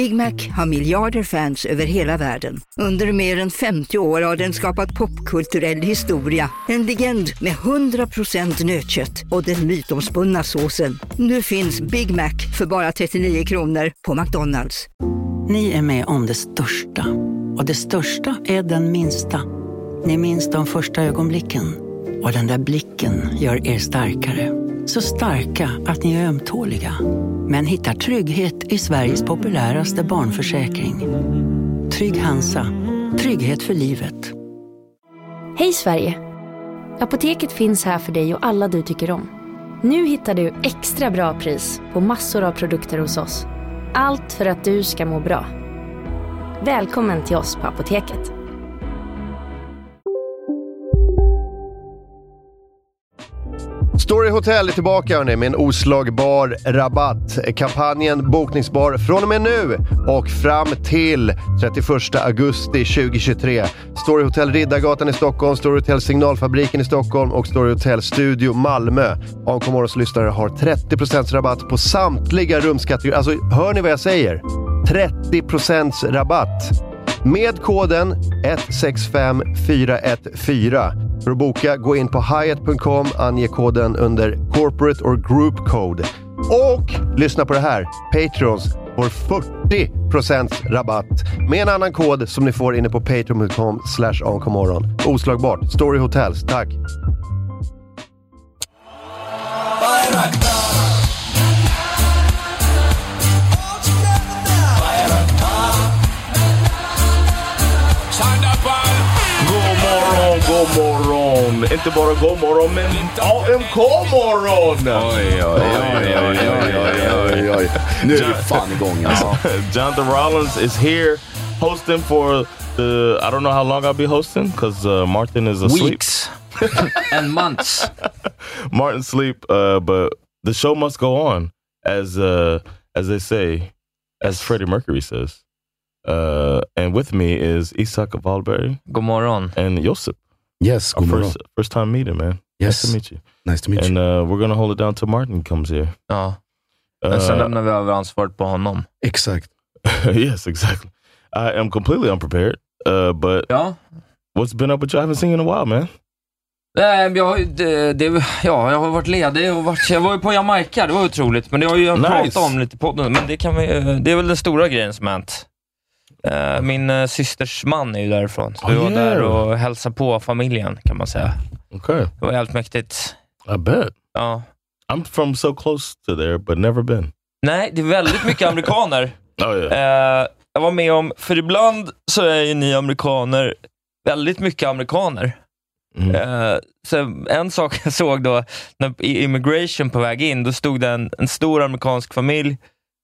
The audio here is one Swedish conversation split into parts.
Big Mac har miljarder fans över hela världen. Under mer än 50 år har den skapat popkulturell historia. En legend med 100% nötkött och den mytomspunna såsen. Nu finns Big Mac för bara 39 kronor på McDonald's. Ni är med om det största. Och det största är den minsta. Ni minns de första ögonblicken. Och den där blicken gör er starkare. Så starka att ni är ömtåliga. Men hittar trygghet i Sveriges populäraste barnförsäkring. Trygg Hansa. Trygghet för livet. Hej Sverige! Apoteket finns här för dig och alla du tycker om. Nu hittar du extra bra pris på massor av produkter hos oss. Allt för att du ska må bra. Välkommen till oss på Apoteket. Story Hotel är tillbaka hörni, med en oslagbar rabatt. Kampanjen bokningsbar från och med nu och fram till 31 augusti 2023. Story Hotel Riddargatan i Stockholm, Story Hotel Signalfabriken i Stockholm och Story Hotel Studio Malmö. AMK Morgons lyssnare har 30% rabatt på samtliga rumskategorier. Alltså, hör ni vad jag säger? 30% rabatt. Med koden 165414. För att boka, gå in på hyatt.com, ange koden under Corporate or Group Code. Och lyssna på det här. Patrons får 40% rabatt med en annan kod som ni får inne på patreon.com/ankomorgon. Oslagbart. Story Hotels. Tack. God morgon. Inte bara god morgon, men AMK-morgon. Oj. Nu är det fan igång alltså. Jonathan Rollins is here hosting for the... I don't know how long I'll be hosting because Martin is asleep. Weeks and months. Martin's asleep, but the show must go on, as they say, as Freddie Mercury says. And with me is Isak Wahlberg. God morgon. And Josip. Yes, god morgon. First time meeting, man. Yes. Nice to meet you. Nice to meet and, you. And we're gonna hold it down till Martin comes here. Ja. Men sen lämnar vi över ansvaret på honom. Exakt. Yes, exactly. I am completely unprepared. But what's been up with you? I haven't seen you in a while, man. Jag har varit ledig och jag var ju på Jamaica, det var otroligt. Men det har ju pratat om lite på podden. Men det är väl den stora grejen som hänt. Min systers man är ju därifrån. Så vi var där och hälsade på familjen, kan man säga. Okay. Det var helt mäktigt. I bet. Ja. I'm from so close to there, but never been. Nej, det är väldigt mycket amerikaner. Jag var med om, för ibland så är ju ni amerikaner väldigt mycket amerikaner. Så en sak jag såg då i immigration på väg in, då stod det en stor amerikansk familj,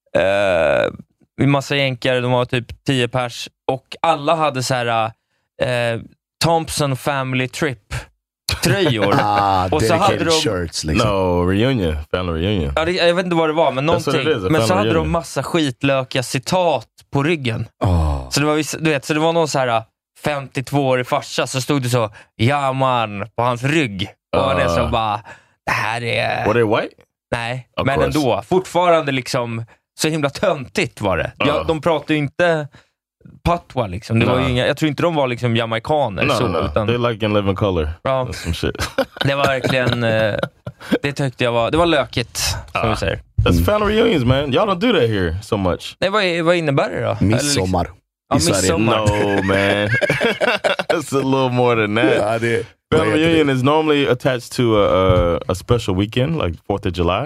massa jänkare, de var typ 10 pers och alla hade så här Thompson Family Trip tröjor. Och så hade de shirts, liksom. Reunion, family reunion. Ja, jag vet inte vad det var, men någonting. Men så hade de massa skitlökiga citat på ryggen. Så det var, du vet, så det var någon så här 52-årig farsa, så stod det så, ja man, på hans rygg. Och det så bara, det här är... Were they white? Nej, men ändå. Fortfarande liksom, så himla töntigt var det. De pratade ju inte patwa liksom. Det var ju inga, jag tror inte de var liksom jamaikaner. Utan, they like in living color. Ja. Some shit. Det var verkligen, det tyckte jag var, det var lökigt, som vi säger. That's family reunions, man. Y'all don't do that here so much. Nej, vad innebär det då? Midsommar. Midsommar. No, man. It's a little more than that. Family reunion is normally attached to a special weekend, like 4th of July.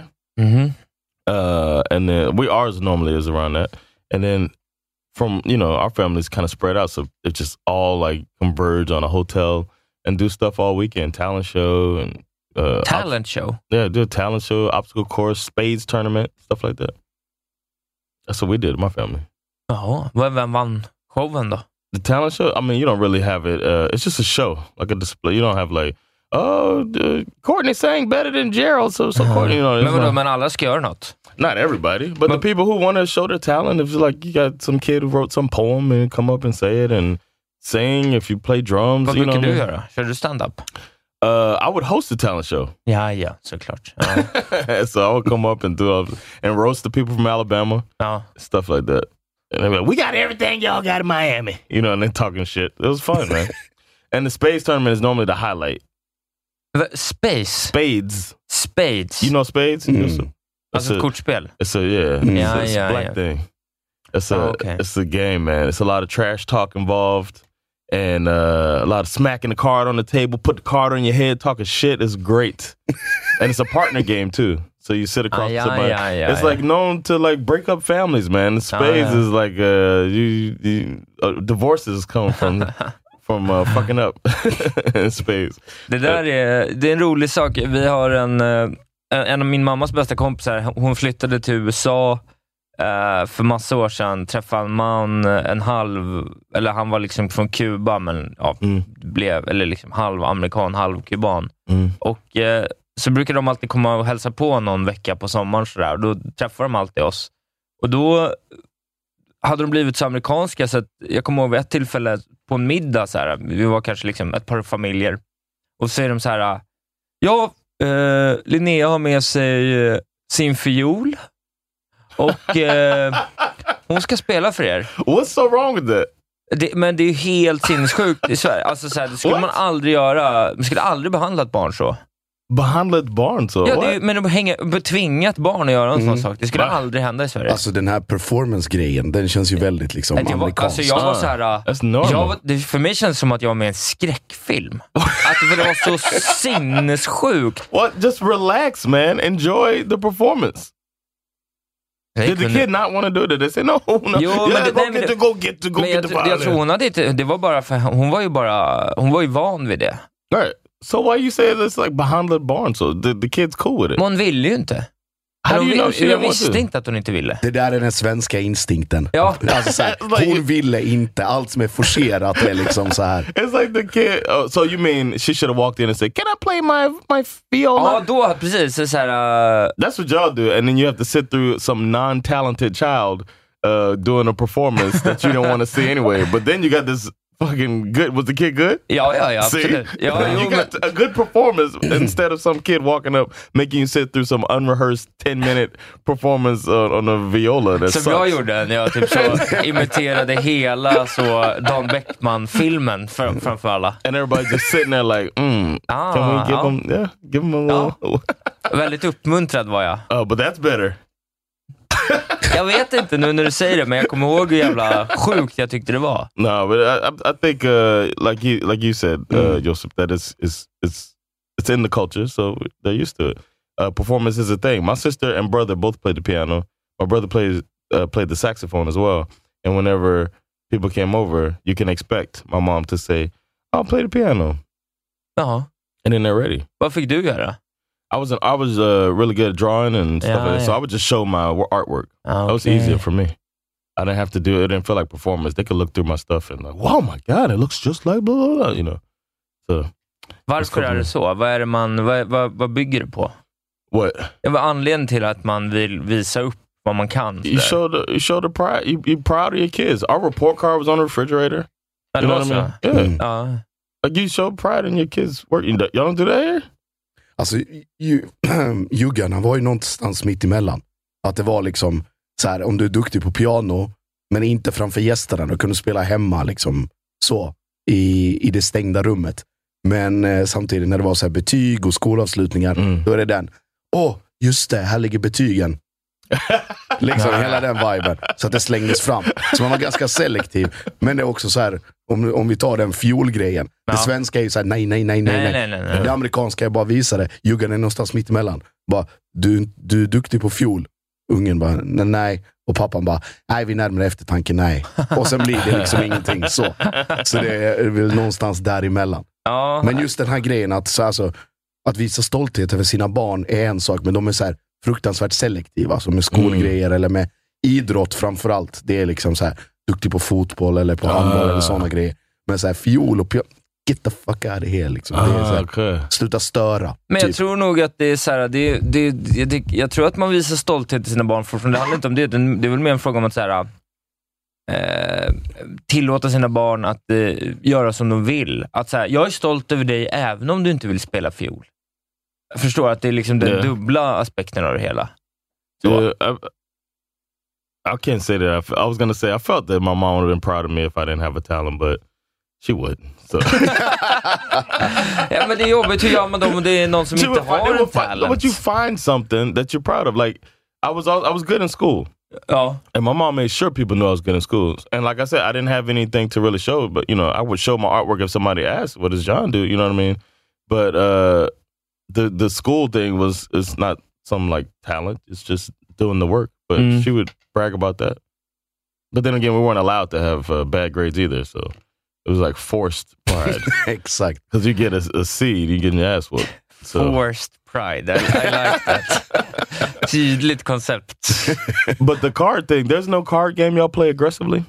And then ours normally is around that. And then from, our family's kind of spread out, so it just all like converge on a hotel and do stuff all weekend. Talent show and talent show. Yeah, do a talent show, obstacle course, spades tournament, stuff like that. That's what we did in my family. Jaha, vem vann showen då? The talent show, I mean, you don't really have it. It's just a show, like a display. You don't have like, Courtney sang better than Gerald, so Courtney, Men alla ska göra något. Not everybody, but the people who want to show their talent, if like you got some kid who wrote some poem and come up and say it and sing, if you play drums. Vad brukar du göra? Kör du stand-up? I would host a talent show. Ja, såklart. So I would come up and do and roast the people from Alabama. Stuff like that. And they're like, we got everything y'all got in Miami. You know, and they're talking shit. It was fun, man. And the spades tournament is normally the highlight. Spades. Spades. You know spades? Alltså ett kortspel? It's a black thing. It's a game, man. It's a lot of trash talk involved. And a lot of smacking the card on the table, put the card on your head, talking shit is great. And it's a partner game too. So you sit across somebody. It's like known to like break up families, man. Spades is like divorces come from fucking up in spades. Det är en rolig sak. Vi har en av min mammas bästa kompisar. Hon flyttade till USA för massa år sedan. Träffade en man, han var liksom från Kuba, men blev eller liksom halv amerikan, halv kuban. Och så brukar de alltid komma och hälsa på någon vecka på sommaren så där. Och då träffar de alltid oss. Och då hade de blivit så amerikanska så att jag kommer ihåg vid ett tillfälle på en middag så här, vi var kanske liksom ett par familjer. Och så säger de så här: Linnea har med sig sin fiol. Och hon ska spela för er. What's so wrong with that? Men det är ju helt sinnessjukt i Sverige. Alltså så här, det skulle man aldrig göra. Man skulle aldrig behandla ett barn så. Behandla ett barn så? Ja, men att tvinga ett barn att göra en sån sak. Det skulle aldrig hända i Sverige. Alltså den här performance-grejen, den känns ju väldigt liksom amerikansk. Jag var så här, för mig känns det som att jag var med i en skräckfilm. För det var så sinnessjukt. What? Just relax, man. Enjoy the performance. Did the kid not want to do that? They say no. Jo, get the jag tror hon hade inte, det var bara för hon var ju van vid det. Right. So why you say it's like behandla ett barn so the kid's cool with it? Men hon ville ju inte. Jag visste inte att hon inte ville. Det där är den svenska instinkten. Ja. Alltså så här, hon ville inte. Allt som är forcerat är liksom så här. It's like the kid. So you mean she should have walked in and said, "Can I play my viola?" Ja, då precis så här. That's what y'all do, and then you have to sit through some non-talented child doing a performance that you don't want to see anyway. But then you got this fucking good. Was the kid good? Ja, absolut. You got a good performance instead of some kid walking up making you sit through some unrehearsed 10-minute performance on a viola. That som jag gjorde när jag typ så imiterade hela så Dan Bäckman-filmen framför alla. And everybody just sitting there like, can we give him a little... Väldigt uppmuntrad var jag. But that's better. Jag vet inte nu när du säger det, men jag kommer ihåg hur jävla sjukt jag tyckte det var. No, but I think like you said, Joseph, that it's in the culture, so they're used to it. Performance is a thing. My sister and brother both played the piano. My brother played the saxophone as well. And whenever people came over, you can expect my mom to say, "I'll play the piano." And then they're ready. Vad fick du göra? I was really good at drawing and stuff like that. So I would just show my artwork. That was easier for me. I didn't have to do it. It didn't feel like performance. They could look through my stuff and like, "Wow, my God, it looks just like blah, blah, blah," you know. So, varför är det så? Vad är det vad bygger det på? What? Vad är anledningen till att man vill visa upp vad man kan? You show the pride. You're proud of your kids. Our report card was on the refrigerator. You know what I mean? Yeah. Like you show pride in your kids' work. Y'all don't do that here? Alltså, Juggarna var ju någonstans mitt emellan. Att det var liksom så här, om du är duktig på piano men inte framför gästerna, då kunde du spela hemma liksom så i det stängda rummet. Men samtidigt när det var så här betyg och skolavslutningar, då är det den. Just det, här ligger betygen. Liksom hela den viben. Så att det slängdes fram. Så man var ganska selektiv. Men det är också så här, om vi tar den fiolgrejen. Det svenska är ju så här, nej. Det amerikanska är bara visa det. Juggen är någonstans mitt emellan. Bara, du är duktig på fiol. Ungen bara, nej. Och pappan bara, nej, vi närmar eftertanke, nej. Och sen blir det liksom ingenting så. Så det är väl någonstans däremellan. Men just den här grejen att visa stolthet över sina barn är en sak, men de är så här fruktansvärt selektiva, som med skolgrejer eller med idrott framförallt. Det är liksom så här, duktig på fotboll eller på handboll eller sådana grejer. Men så här, fiol och get the fuck out of here liksom. Det är så här, sluta störa. Men jag tror nog att det är så här, jag tror att man visar stolthet till sina barn fortfarande. Det handlar inte om det. Det är väl mer en fråga om att så här, tillåta sina barn att göra som de vill. Att så här, jag är stolt över dig även om du inte vill spela fiol. Jag förstår att det är liksom den dubbla aspekten av det hela. I can't say that. I was gonna say I felt that my mom would have been proud of me if I didn't have a talent, but she wouldn't. So. Ja, men det är jobbigt. Hur gör man då om det är någon som inte har en talent? But you find something that you're proud of. Like I was good in school. Ja. And my mom made sure people knew I was good in school. And like I said, I didn't have anything to really show, but you know, I would show my artwork if somebody asked, "What does John do?" You know what I mean? But the school thing is not some like talent. It's just doing the work. But she would brag about that. But then again, we weren't allowed to have bad grades either, so it was like forced pride. Exakt. Because you get a C, you get your ass whooped. So. Forced pride. I like that. Tydligt koncept. But the card thing, there's no card game y'all play aggressively?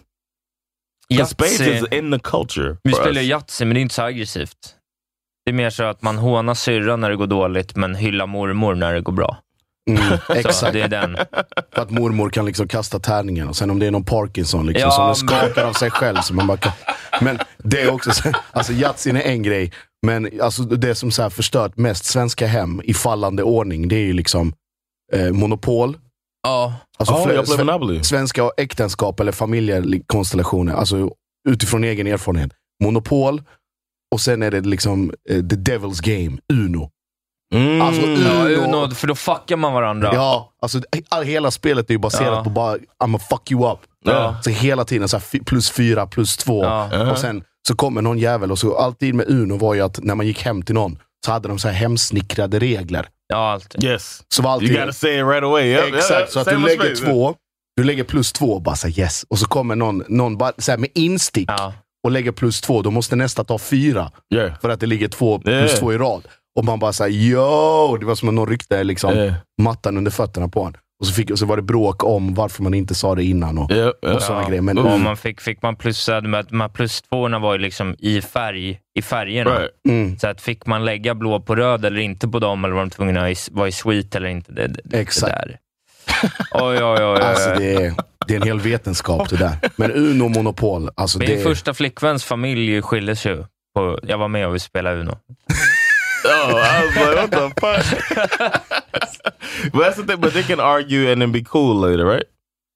Spades is in the culture. Vi spelar Yatzy, men det är inte så aggressivt. Det är mer så att man hånar syrran när det går dåligt, men hyllar mormor när det går bra. Exakt. Så det är den. För att mormor kan liksom kasta tärningen, och sen om det är någon Parkinson liksom, som den skakar av sig själv, så man bara kan... Men det är också så, alltså Yatzy är en grej, men alltså det som så här förstört mest svenska hem i fallande ordning, det är ju liksom monopol. Ja. Alltså svenska äktenskap eller familjekonstellationer, alltså utifrån egen erfarenhet. Monopol, och sen är det liksom the devil's game, Uno. Alltså Uno, för då fuckar man varandra. Ja, alltså hela spelet är ju baserat på bara I'ma fuck you up. Så hela tiden så här +4, +2. Och sen så kommer någon jävel, och så alltid med Uno var ju att när man gick hem till någon så hade de så här hemsnickrade regler. Ja, alltid. Yes. Så var alltid, you gotta say it right away. Exakt, så att du lägger 2, du lägger +2 bara så här, yes. Och så kommer någon bara så här med instick och lägger +2, då måste nästa ta 4 för att det ligger 2 +2 i rad. Och man bara såhär, det var som att någon ryckte liksom mattan under fötterna på en. Och så var det bråk om varför man inte sa det innan och sådana grejer. Men man fick man plussade med att de här +2:orna var ju liksom i färgerna. Right. Så att fick man lägga blå på röd eller inte på dem, eller var de tvungna att vara i sweet eller inte. Exakt. Det där. Oj. Alltså det är en hel vetenskap det där. Men Uno monopol, alltså min första flickväns familj skildes ju på, jag var med och vi spelade Uno. I was like, what the fuck? But that's the thing, but they can argue and then be cool later, right?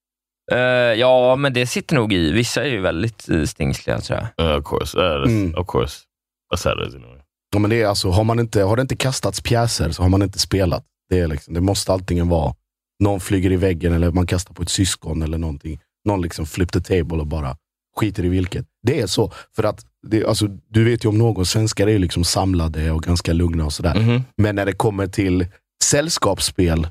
Ja, men det sitter nog i. Vissa är ju väldigt stingsliga, tror jag. Of course. Of course. That's how it is anyway. Ja, men det är alltså, har det inte kastats pjäser så har man inte spelat. Det är liksom, det måste alltid vara någon flyger i väggen, eller man kastar på ett syskon eller någonting. Någon liksom flip the table och bara skiter i vilket. Det är så, för att alltså, du vet ju om någon, svenskar är ju liksom samlade och ganska lugna och sådär. Men när det kommer till sällskapsspel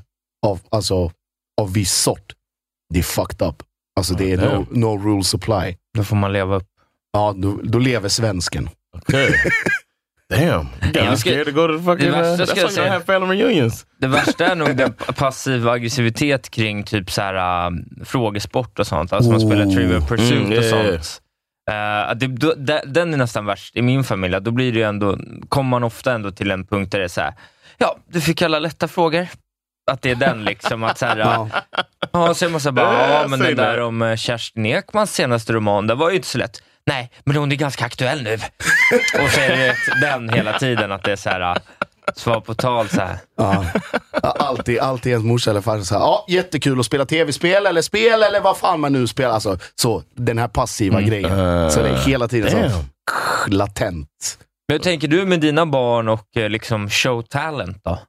av viss sort, det är fucked up. Alltså det är no rules apply. Då får man leva upp. Ja, då lever svensken. Okay. Damn. I'm scared to go to the fucking... That's why you have family reunions. Det värsta är nog den passiv aggressivitet kring typ så här frågesport och sånt. Alltså man spelar Trivial Pursuit och sånt. Den är nästan värst i min familj. Då blir det ju ändå, kommer man ofta ändå till en punkt där det är så här: ja, du fick alla lätta frågor. Att det är den liksom, att så här, så är man så bara, men det där om Kerstin Ekmans senaste roman, det var ju inte så lätt. Nej, men hon är ganska aktuell nu. Och så är det den hela tiden, att det är så här svar på tal så här. Alltid ens morsa eller farsa så här, jättekul att spela tv-spel eller spel eller vad fan man nu spelar, alltså, så den här passiva grejen. Så det är hela tiden så latent. Men hur tänker du med dina barn och liksom show talent då?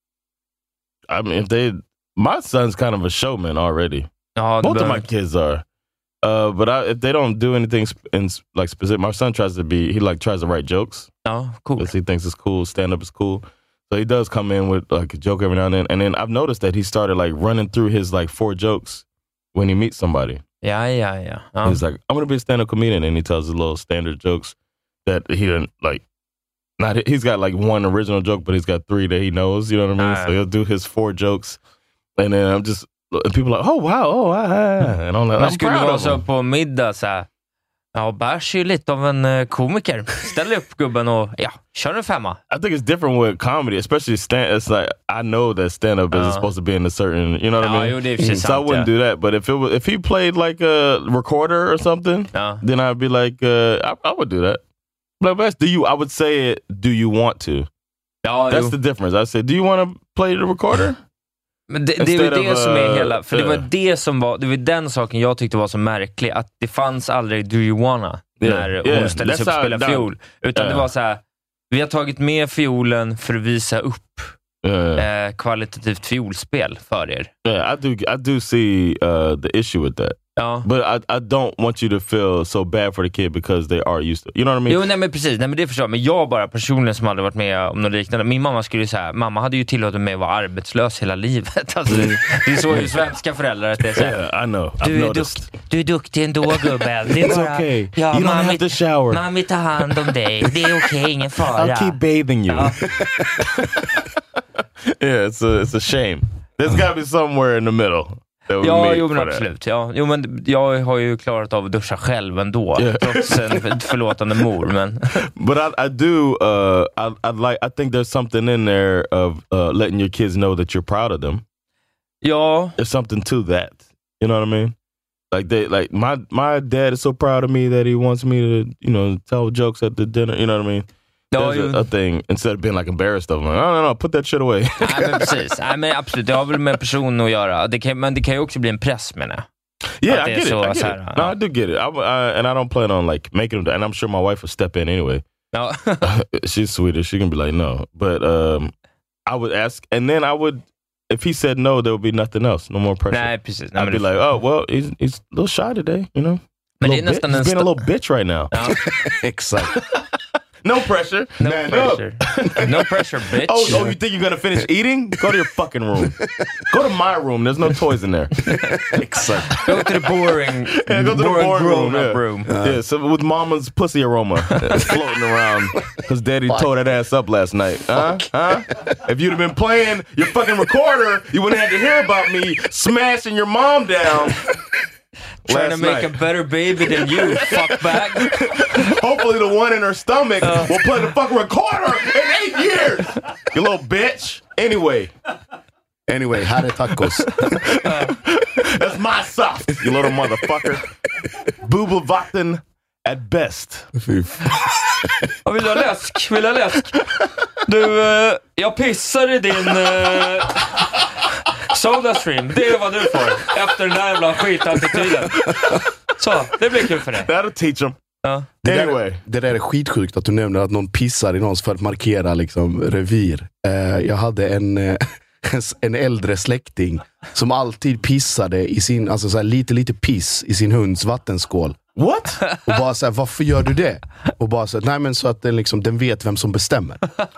I mean, my son's kind of a showman already. Both of my kids are. But if they don't do anything in like specific, my son tries to write jokes. Oh, cool. Because he thinks it's cool. Stand up is cool. So he does come in with like a joke every now and then. And then I've noticed that he started like running through his like 4 jokes when he meets somebody. Yeah. He's like, I'm going to be a stand-up comedian. And he tells his little standard jokes that he didn't like. He's got like 1 original joke, but he's got 3 that he knows, you know what I mean? So he'll do his 4 jokes. And then and people are like, oh wow, and I'm like, man skulle vara så på middag så här, Bärs är ju lite av en komiker. Ställ upp gubben och kör en 5. I think it's different with comedy, especially it's like, I know that stand-up is supposed to be in a certain, you know what I mean? So I wouldn't do that, but if he played like a recorder or something, then I'd be like, I would do that. But I would say it, do you want to? That's the difference. I say, do you want to play the recorder? Men det är det som är hela... För det var den saken jag tyckte var så märklig. Att det fanns aldrig Do You Wanna när hon ställde sig upp och spelade fiol. Utan det var så här... Vi har tagit med fiolen för att visa upp kvalitativt fiolspel för er. Yeah, I do see the issue with that. But I don't want you to feel so bad for the kid because they are used to it. You know what I mean? Jo, nej men precis. Nej, men det förstår jag. Men jag bara personligen som aldrig varit med om något liknande. Min mamma skulle säga, mamma hade ju tillåtit mig att vara arbetslös hela livet. Alltså, det är så ju svenska föräldrar att det är så här, I know. Du är duktig ändå, gubben. Det är bara, okay. Ja, you don't have to shower. Mamma tar hand om dig. Det är okej, ingen fara. I'll keep bathing you. Yeah, it's a shame. There's got to be somewhere in the middle. Ja, jo men absolut. Ja. Jo, men jag har ju klarat av att duscha själv ändå, trots en förlåtande mor. Men. But I do, I think there's something in there of letting your kids know that you're proud of them. Ja. There's something to that. You know what I mean? Like my dad is so proud of me that he wants me to, tell jokes at the dinner. You know what I mean? There's a thing, instead of being like embarrassed of them, like, no, put that shit away. Nej, men precis. Nej, men absolut, det har väl med person att göra. Men det kan ju också bli en press, menar jag. Yeah, I get it. No, I do get it. And I don't plan on like making them, and I'm sure my wife will step in anyway. No. She's Swedish. She can be like, no. But I would ask, and then I would, if he said no, there would be nothing else. No more pressure. Nej, precis. I'd be like, oh, well, he's a little shy today, Men det är nästan he's being a little bitch right now. Exakt. No pressure. No pressure. No pressure, bitch. Oh, you think you're gonna finish eating? Go to your fucking room. Go to my room. There's no toys in there. Exakt. Go to the boring, go to the boring room. Yeah, so with mama's pussy aroma floating around because daddy tore that ass up last night. Huh? If you'd have been playing your fucking recorder, you wouldn't have to hear about me smashing your mom down. Trying to make a better baby than you, fuckbag. Hopefully the one in her stomach will play the fucking recorder in 8 years. You little bitch. Anyway, här är tacos. That's my soft, you little motherfucker. Bubbelvatten at best. Jag vill ha läsk. Du, jag pissar i din... SodaStream, det är vad du får efter den där jävla skitattityden. Så, det blir kul för det. That'll teach them. Ja. Det där är skitsjukt att du nämner att någon pissar i någons för att markera liksom revir. Jag hade en äldre släkting som alltid pissade i sin, alltså så här lite piss i sin hunds vattenskål. What? Och bara så här, varför gör du det? Och bara så här, nej men så att den vet vem som bestämmer.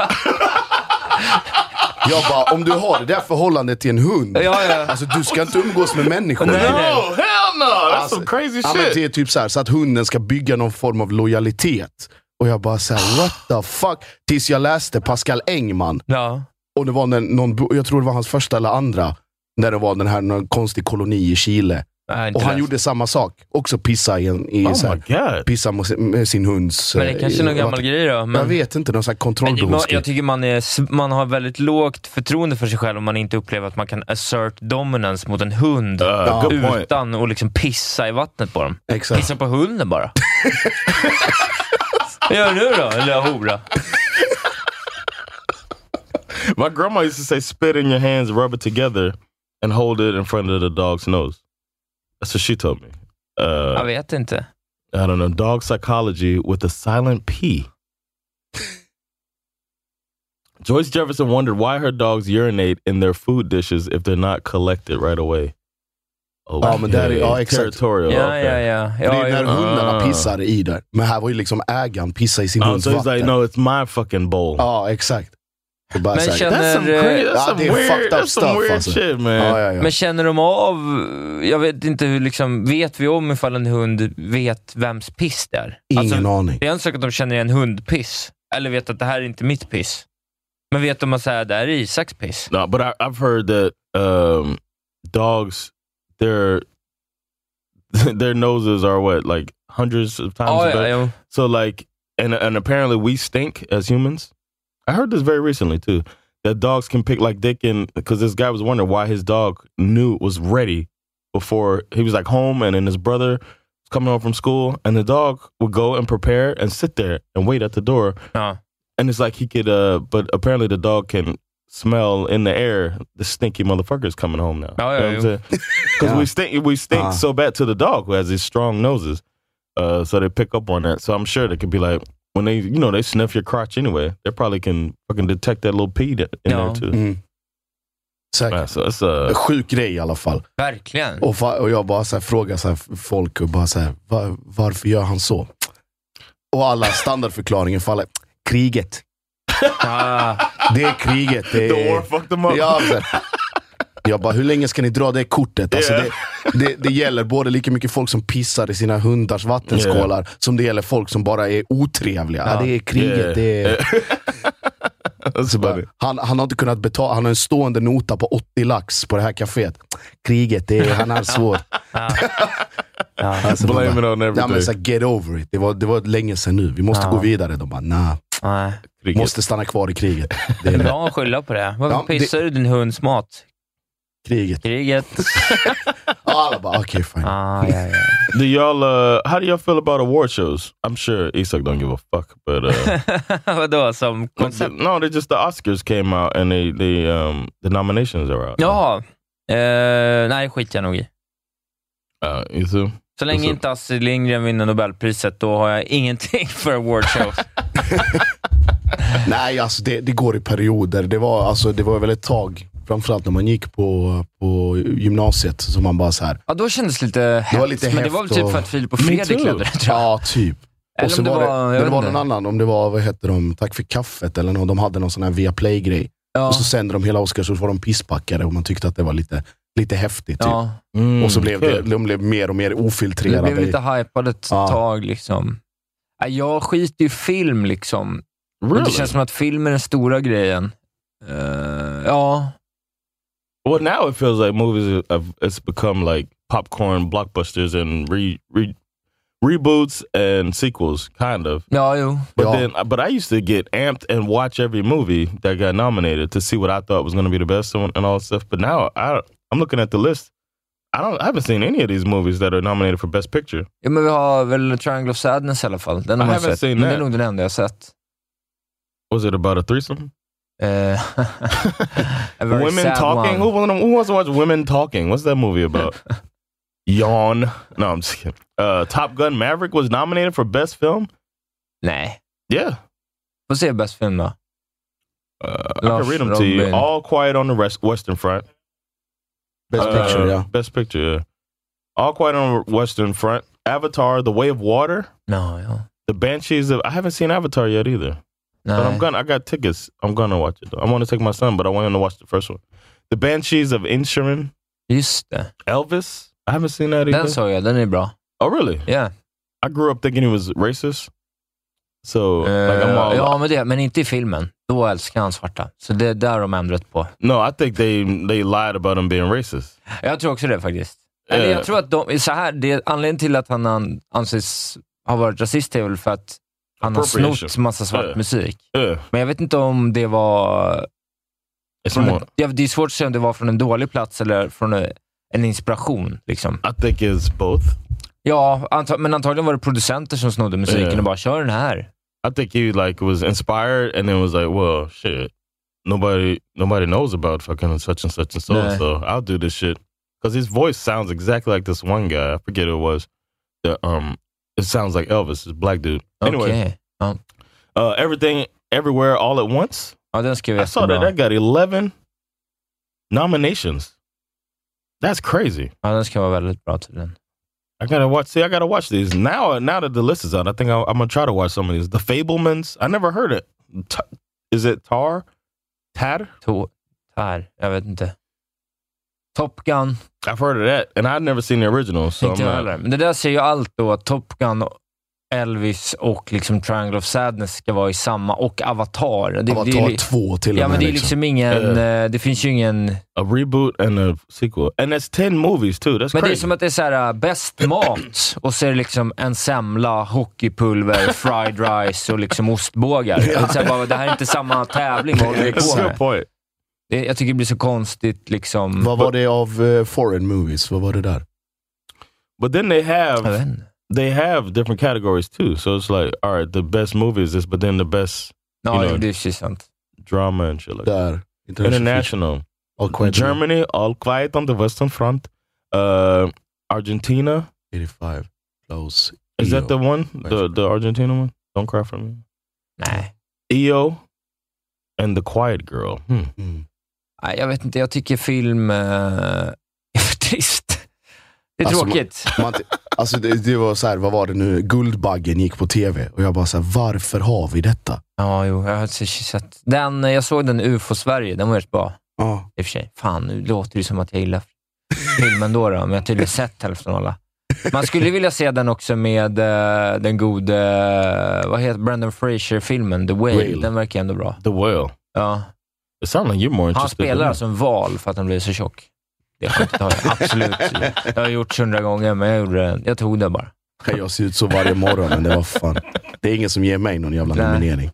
Jag bara, om du har det där förhållandet till en hund, alltså du ska inte umgås med människor. No, hell no, that's alltså, some crazy shit. Men det är typ så att hunden ska bygga någon form av lojalitet. Och jag bara såhär, what the fuck? Tills jag läste Pascal Engman. Ja. Och det var jag tror det var hans första eller andra, när det var någon konstig koloni i Chile. Och han gjorde samma sak. Också pissa pissa med sin hunds... Men det är kanske någon gammal grej då. Men... Jag vet inte, någon sån här kontrollbehovsgrej. Jag tycker man har väldigt lågt förtroende för sig själv om man inte upplever att man kan assert dominance mot en hund utan att liksom pissa i vattnet på dem. Exakt. Pissa på hunden bara. Vad gör du då, eller hora? My grandma used to say, spit in your hands, rub it together and hold it in front of the dog's nose. That's what she told me. Jag vet inte. I don't know. Dog psychology with a silent P. Joyce Jefferson wondered why her dogs urinate in their food dishes if they're not collected right away. Ja, men där är exakt. Territorial. Ja. Det är när hundarna pissar i där. Men här var ju liksom ägaren pissa i sin hunds vatten. So he's like, no, it's my fucking bowl. Ja, exakt. Men that's some weird shit, man. Ja. Men känner de av, jag vet inte hur liksom, vet vi om ifall en hund vet vems piss det är? Ingen aning. Det är en sak att de känner igen hundpiss, eller vet att det här är inte mitt piss. Men vet de att säga det här är Isaks piss? No, but I've heard that dogs, their noses are what, like hundreds of times better. So like, and apparently we stink as humans. I heard this very recently too, that dogs can pick, like they can, because this guy was wondering why his dog was ready before he was like home, and then his brother was coming home from school, and the dog would go and prepare and sit there and wait at the door. And it's like he could, but apparently the dog can smell in the air, the stinky motherfuckers coming home now. Oh, you know what I'm saying? Because we stink so bad to the dog who has these strong noses. So they pick up on that. So I'm sure they could be like, when they, they sniff your crotch anyway, they probably can fucking detect that little pee in there too. Mm. Säkert. Så, sjuk grej i alla fall. Verkligen. Och jag bara så här, frågar så här, folk och bara så här, varför gör han så? Och alla standardförklaringen faller. Kriget. Det är kriget. Det är, the war fucked them up. Ja, jag bara, hur länge ska ni dra det kortet? Alltså det gäller både lika mycket folk som pissar i sina hundars vattenskålar som det gäller folk som bara är otrevliga. Ja, det är kriget. Det är... Så bara, han har inte kunnat betala. Han har en stående nota på 80 lax på det här kaféet. Kriget, han är svårt. Alltså, blame it on everything. Men så get over it. Det var länge sedan nu. Vi måste gå vidare. De bara, måste stanna kvar i kriget. Det är bra att skylla på det. Varför pissar du din hunds mat? Kriget. Alla bara, okay, fine. Do y'all, how do y'all feel about award shows? I'm sure Isak don't give a fuck, but vadå, som koncept? No, they just the Oscars came out and the nominations are out. Ja, nej, skit jag nog i. You too? Så länge inte Astrid Lindgren vinner Nobelpriset, då har jag ingenting för award shows. Nej, alltså det går i perioder. Det var väl ett tag, framförallt när man gick på gymnasiet, så man bara så här. Ja, då kändes det lite häftigt, men det var väl typ för att Filip och Fredrik ledde det, tror jag. Ja, typ. Och så det var någon annan, om det var, vad heter de, Tack för kaffet eller någon, de hade någon sån här Viaplay-grej. Ja. Och så sände de hela Oscars och så var de pisspackade och man tyckte att det var lite häftigt typ. Ja. Och så blev de blev mer och mer ofiltrerade. Det blev lite hypade ett tag liksom. Jag skiter i film liksom. Really? Det känns som att film är den stora grejen. Ja. Well, now it feels like movies it's become like popcorn blockbusters and reboots and sequels, kind of. Ja, jo. But I used to get amped and watch every movie that got nominated to see what I thought was going to be the best and all that stuff. But now I'm looking at the list. I haven't seen any of these movies that are nominated for Best Picture. Ja, men vi har väl Triangle of Sadness i alla fall. Den har man sett. Men det är nog den enda jag sett. Was it about a threesome? Women talking? Who wants to watch women talking? What's that movie about? Yawn. No, I'm just kidding. Top Gun Maverick was nominated for Best Film? Nej. Yeah. Får se Best Film då. I can read them to you. All Quiet on the Western Front. Best Picture, yeah. Best Picture, yeah. All Quiet on the Western Front. Avatar, The Way of Water. No, yeah. The Banshees of... I haven't seen Avatar yet either. No. But I got tickets. I'm gonna watch it though. I want to take my son, but I want him to watch the first one. The Banshees of Inisherin. Just det. Elvis. I haven't seen that either. Den såg jag, den är bra. Oh really? Yeah. I grew up thinking he was racist. So like I'm all... Ja, men inte i filmen. Då älskar han svarta. Så det är där de ändrat på. No, I think they lied about him being racist. Jag tror också det faktiskt. Eller jag tror att så här, det är anledningen till att han anses ha varit rasist är väl för att han har snott massa svart musik. Men jag vet inte om det var... det är svårt att säga om det var från en dålig plats eller från en inspiration. Liksom. I think it's both. Ja, men antagligen var det producenter som snodde musiken och bara, kör den här. I think he like was inspired and then was like, well, shit. Nobody knows about fucking such and such and so I'll do this shit. Because his voice sounds exactly like this one guy. I forget who it was. It sounds like Elvis, this black dude. Anyway, Everything, Everywhere, All at Once. Ja, den skrev jag. I saw that got 11 nominations. That's crazy. Ja, den ska vara väldigt bra till den. I gotta watch these. Now that the list is out, I think I'm gonna try to watch some of these. The Fablemans, I never heard it. Is it Tar? Tar, jag vet inte. Top Gun. I've heard of that, and I've never seen the original. So inte heller. Men det där ser ju allt då, att Top Gun, Elvis och liksom Triangle of Sadness ska vara i samma, och Avatar. Avatar 2 till och med. Ja, men det är liksom ingen... det finns ju ingen... A reboot and a sequel. And that's 10 movies too. That's men crazy. Det är som att det är så här bäst mat och så är det liksom en semla, hockeypulver, fried rice och liksom ostbågar. Det här är inte samma tävling. Vad håller vi på med? Jag tycker det blir så konstigt liksom. Vad var det av foreign movies? Vad var det där? But then they have different categories too. So it's like, all right, the best movie is this, but then the best, det är sant. Drama and shit like that. International. Germany, All Quiet on the Western Front. Argentina. 85. Close. Is that the one? The Argentina one? Don't Cry For Me? Nej. EO. And The Quiet Girl. Nej, jag vet inte. Jag tycker film är för trist. Det är tråkigt. Det var så här, vad var det nu? Guldbaggen gick på tv. Och jag bara så här, varför har vi detta? Ja, jo. Jag har sett den. Jag såg den UFO Sverige. Den var rätt bra. Ja. I och för sig. Fan, nu låter det som att jag gillar filmen då. Men jag har tydligen sett hälften av alla. Man skulle vilja se den också med den gode, vad heter Brendan Fraser-filmen? The Whale. Den verkar ändå bra. The Whale? Ja. It sounds like you're more interested. Han spelar alltså en val för att han blir så tjock. Det har jag absolut. Jag har gjort 100 gånger, men jag tog det bara. Jag ser ut så varje morgon, men det var fan. Det är ingen som ger mig någon jävla nominering.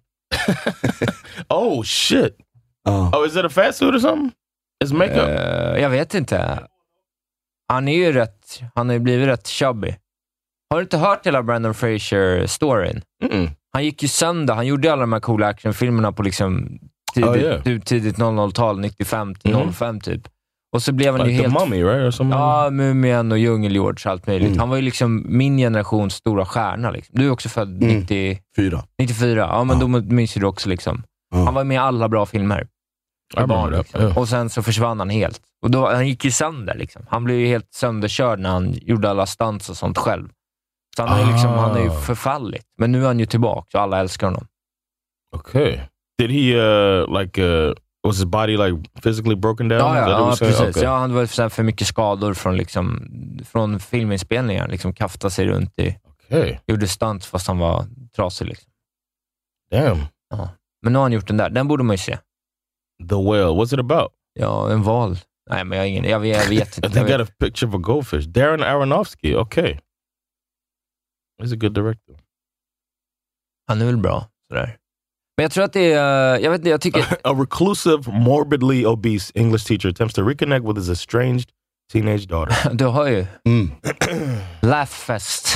Oh shit. Oh, is it a fat suit or something? It's makeup. Jag vet inte. Han har ju blivit rätt chubby. Har du inte hört hela Brendan Fraser-storyn? Han gick ju sönder. Han gjorde alla de här coola actionfilmerna på liksom tidigt 00-tal, 95-05 typ. Och så blev han ju helt... Mummy, right? Ja, Mumien och Djungel-George, allt möjligt. Han var ju liksom min generations stora stjärna. Liksom. Du är också född 94. Ja, men då minns du också liksom. Han var med i alla bra filmer. Barn, liksom. Och sen så försvann han helt. Och då, han gick ju sönder liksom. Han blev ju helt sönderkörd när han gjorde alla stunts och sånt själv. Så han är ju förfallit. Men nu är han ju tillbaka och alla älskar honom. Okay. Did he was his body like physically broken down? Ja, precis. Okay. Ja, han var för mycket skador från filminspelningar. Liksom kaftade sig runt i. Okay. Gjorde stunts fast han var trasig liksom. Damn. Ja. Men nu har han gjort den där. Den borde man ju se. The Whale. What's it about? Ja, en val. Nej, men jag vet inte. They got a picture of a goldfish. Darren Aronofsky. Okay. He's a good director. Han är väl bra. Sådär. Men jag tror att det är... Jag vet inte, jag tycker... A reclusive, morbidly obese English teacher attempts to reconnect with his estranged teenage daughter. Du har ju... Laugh Fest.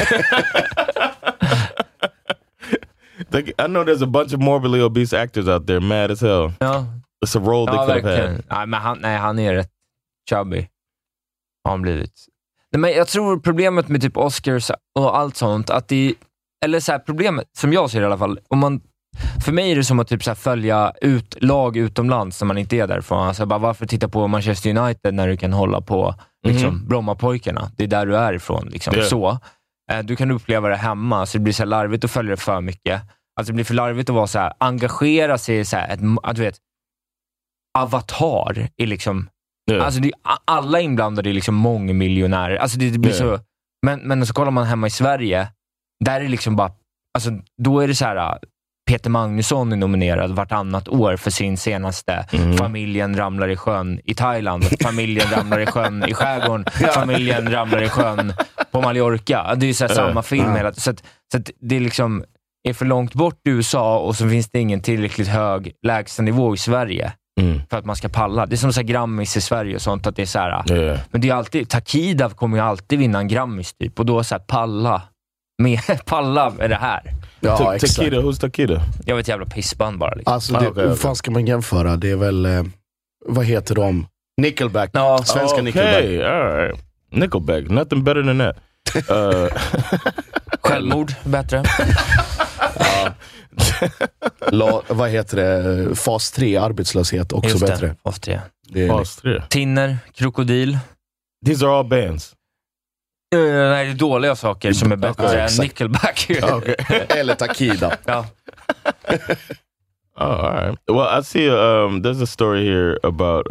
I know there's a bunch of morbidly obese actors out there, mad as hell. Ja. It's a role they could have had. Nej, men han är rätt chubby. Har han blivit. Nej, men jag tror problemet med typ Oscars och allt sånt, att eller så här, problemet, som jag ser i alla fall, för mig är det som att typ så här följa ut lag utomlands när man inte är därifrån. Alltså bara, varför titta på Manchester United när du kan hålla på liksom, Brommapojkarna? Det är där du är ifrån. Liksom. Så. Du kan uppleva det hemma, så det blir så här larvigt att följa det för mycket. Alltså det blir för larvigt att vara så här, engagera sig i så här, att du vet, Avatar är liksom, alltså alla inblandade är liksom mångmiljonärer. Alltså det blir så, men så kollar man hemma i Sverige, där är det liksom bara, alltså då är det så här, Peter Magnusson är nominerad vartannat år för sin senaste Familjen ramlar i sjön i Thailand, Familjen ramlar i sjön i skärgården, Familjen ramlar i sjön på Mallorca. Det är ju så här samma film hela, så att det är liksom är för långt bort i USA, och så finns det ingen tillräckligt hög lägstanivå i Sverige för att man ska palla. Det är som så här Grammis i Sverige och sånt, att det är så här, men det är alltid, Takida kommer ju alltid vinna en Grammis typ, och då så här palla med det här. Ja, Takida, who's Takida? Jag vet, jävla pissband bara liksom. Alltså hur fan ska man jämföra? Det är väl, vad heter de? Nickelback. Svenska Nickelback. All right. Nickelback, nothing better than that. Självmord, bättre. Vad heter det? Fas 3, arbetslöshet, också just bättre. Det, Fas 3. Fas 3. Tinner, Krokodil. These are all bands. Nej, det är dåliga saker som är bättre än Nickelback. Eller Takida. Ja. Oh, all right. Well, I see there's a story here about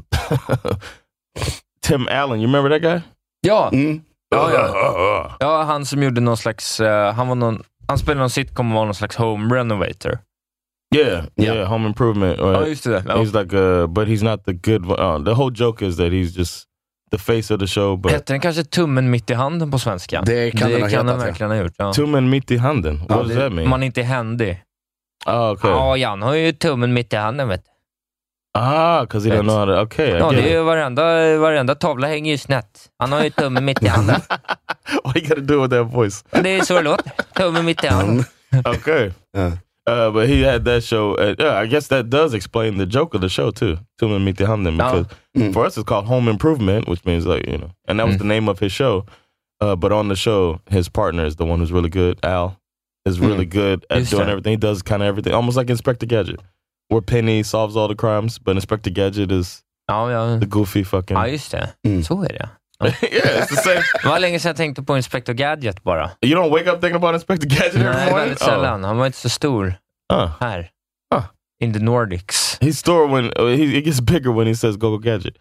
Tim Allen. You remember that guy? Ja. Ja, han som gjorde någon slags han spelade någon sitcom och var någon slags home renovator. Yeah, home improvement. Ja, just det. Ja. He's like but he's not the good one. The whole joke is that he's just the face of the show. But heter den kanske tummen mitt i handen på svenska? Det kan den verkligen ha gjort. Ja. Tummen mitt i handen? What does that mean? Man är inte händig. Okay. Ja, Jan har ju tummen mitt i handen, vet du. Because he don't know how to... Okay, ja, det är ju varenda tavla hänger ju snett. Han har ju tummen mitt i handen. What you gotta do with that voice? Det är så det låter. Tummen mitt i handen. Okay. But he had that show. I guess that does explain the joke of the show too. Tummen mitt i handen, because for us it's called Home Improvement, which means like, you know, and that was the name of his show. But on the show, his partner is the one who's really good. Al is really good at doing everything. He does kind of everything, almost like Inspector Gadget, where Penny solves all the crimes, but Inspector Gadget is the goofy fucking... Ja, just det. Så är det. Yeah, it's the same. Det var länge sedan jag tänkte på Inspector Gadget bara. You don't wake up thinking about Inspector Gadget every morning? Nej, väldigt sällan. Han var inte så stor här. In the Nordics. He's store when he gets bigger when he says go Gadget.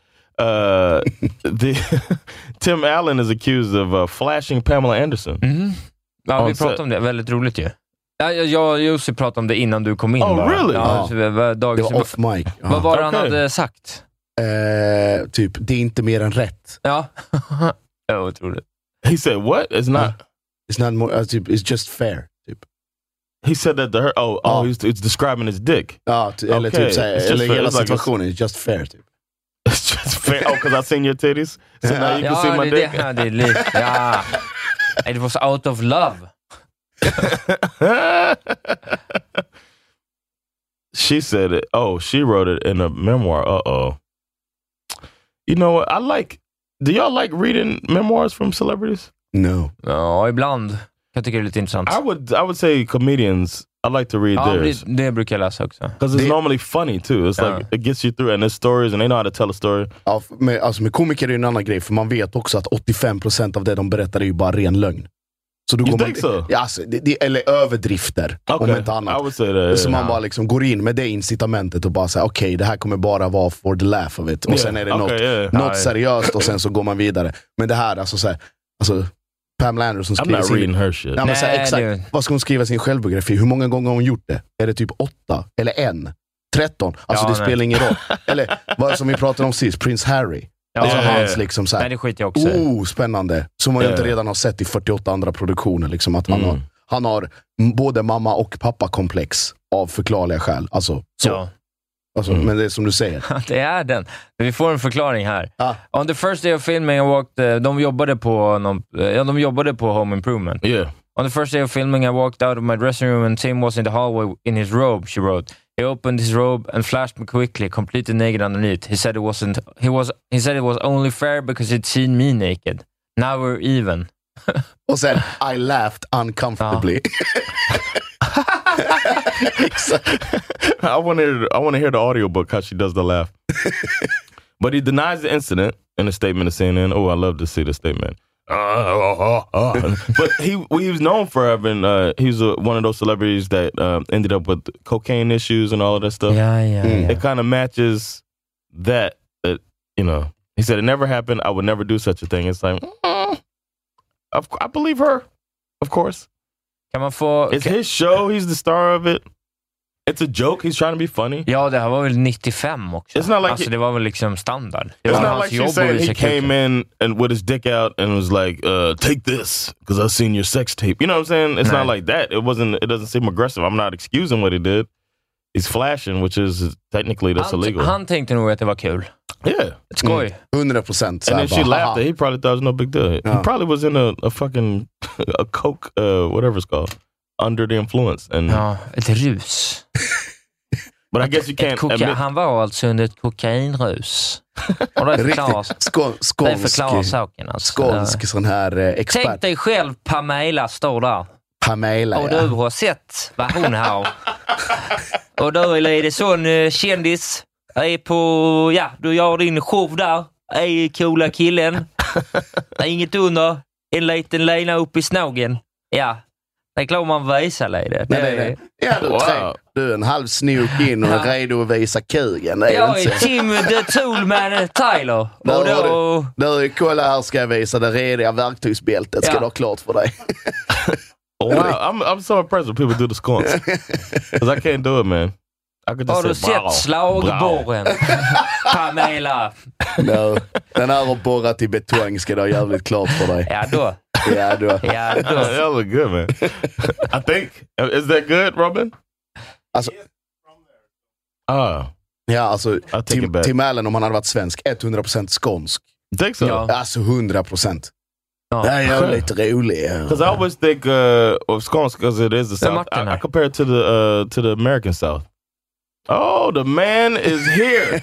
Tim Allen is accused of flashing Pamela Anderson. Ja, vi pratade om det. Väldigt roligt ju. Jag och Jussi pratade om det innan du kom in. Really? Ja, det var off mic. Vad var det han hade sagt? Typ, det är inte mer än rätt. Ja. Det var otroligt. He said what? It's not more, typ, it's just fair. Typ. He said that to her. It's describing his dick. Ja, eller typ såhär, eller hela situationen is just fair typ. It's just fair. Oh, because I seen your titties. So now you can see my dick. Ja. It was out of love. She said it. Oh, she wrote it in a memoir. You know what? Do y'all like reading memoirs from celebrities? No. Ja, ibland. Jag tycker det är lite intressant. I would say comedians, I like to read theirs. Det brukar jag läsa också. Because it's normally funny too. It's like, it gets you through, and there's stories and they know how to tell a story. Ja, med komiker är det en annan grej, för man vet också att 85% av det de berättar är ju bara ren lögn. Så då går man, so? Alltså, eller överdrifter, om inte annat. I would say that, så man bara liksom går in med det incitamentet och bara säger okej, det här kommer bara vara for the laugh of it. Och sen är det något seriöst och sen så går man vidare. Men det här, alltså Pamela Anderson skriver I'm not reading her shit. Nej, men exakt, vad ska hon skriva sin självbiografi? Hur många gånger har hon gjort det? Är det typ 8? Eller 1? 13? Alltså det spelar ingen roll. Eller vad som vi pratade om sist, Prince Harry. Alltså hans liksom såhär. Nej, det skiter jag också. Spännande. Som man ju inte redan har sett i 48 andra produktioner. Liksom, att han har både mamma och pappa-komplex av förklarliga skäl. Alltså, så. Ja. Alltså, men det är som du säger. Det är den. Vi får en förklaring här. On the first day of filming I walked, de jobbade på Home Improvement. Yeah. On the first day of filming I walked out of my dressing room and Tim was in the hallway in his robe, she wrote. He opened his robe and flashed me quickly, completely naked underneath. He said it was only fair because he'd seen me naked. Now we're even. Och sen, I laughed uncomfortably. I want to hear the audiobook how she does the laugh. But he denies the incident in a statement to CNN. Oh, I love to see the statement. But he was known for having he was one of those celebrities that ended up with cocaine issues and all of that stuff. Yeah. It kind of matches that you know, he said it never happened, I would never do such a thing. It's like I believe her, of course. It's his show, he's the star of it. It's a joke, he's trying to be funny. Ja, det här var väl 95 också. It's not like alltså det var väl liksom standard. Det it's not like she said he came in and with his dick out and was like, take this, because I've seen your sex tape. You know what I'm saying? It's not like that. It doesn't seem aggressive. I'm not excusing what he did. He's flashing, which is technically that's illegal. Han tänkte nog att det var kul. Yeah. It's skoj. 100%. And then she laughed at it. He probably thought it was no big deal. He probably was in a fucking a coke, whatever it's called, under the influence. And ett rus. But I guess you can't han var alltså under ett kokainrus. Och det förklarar saken. Alltså. Skånsk sån här expert. Tänk dig själv, Pamela står där. Pamela, och du har sett vad hon har. Och då är det sån kändis. Är på, du gör din show där. Är coola killen. Det är inget under. En liten lina upp i snågen. Ja. Det är klart man visar lite. Nej. Ja, du är en halv snok in och är redo att visa kugen. Jag är Tim the Toolman Tyler. Du, kolla här, ska jag visa det rediga verktygsbältet. Ska du ha klart för dig. I'm so impressed when people do the skunks. Because I can't do it, man. Har du sett slagborren? Pamela. No, den här har borrat i betong, ska du ha jävligt klart för dig. Ja då. That look good, man. I think. Is that good, Robin? Alltså, ja, alltså Tim Allen, om han hade varit svensk, 100% skånsk. Think so? Ja. Alltså 100%. Nej, jag är lite rolig. Because I always think of scones because it is the South. I compare it to the American South. Oh, the man is here.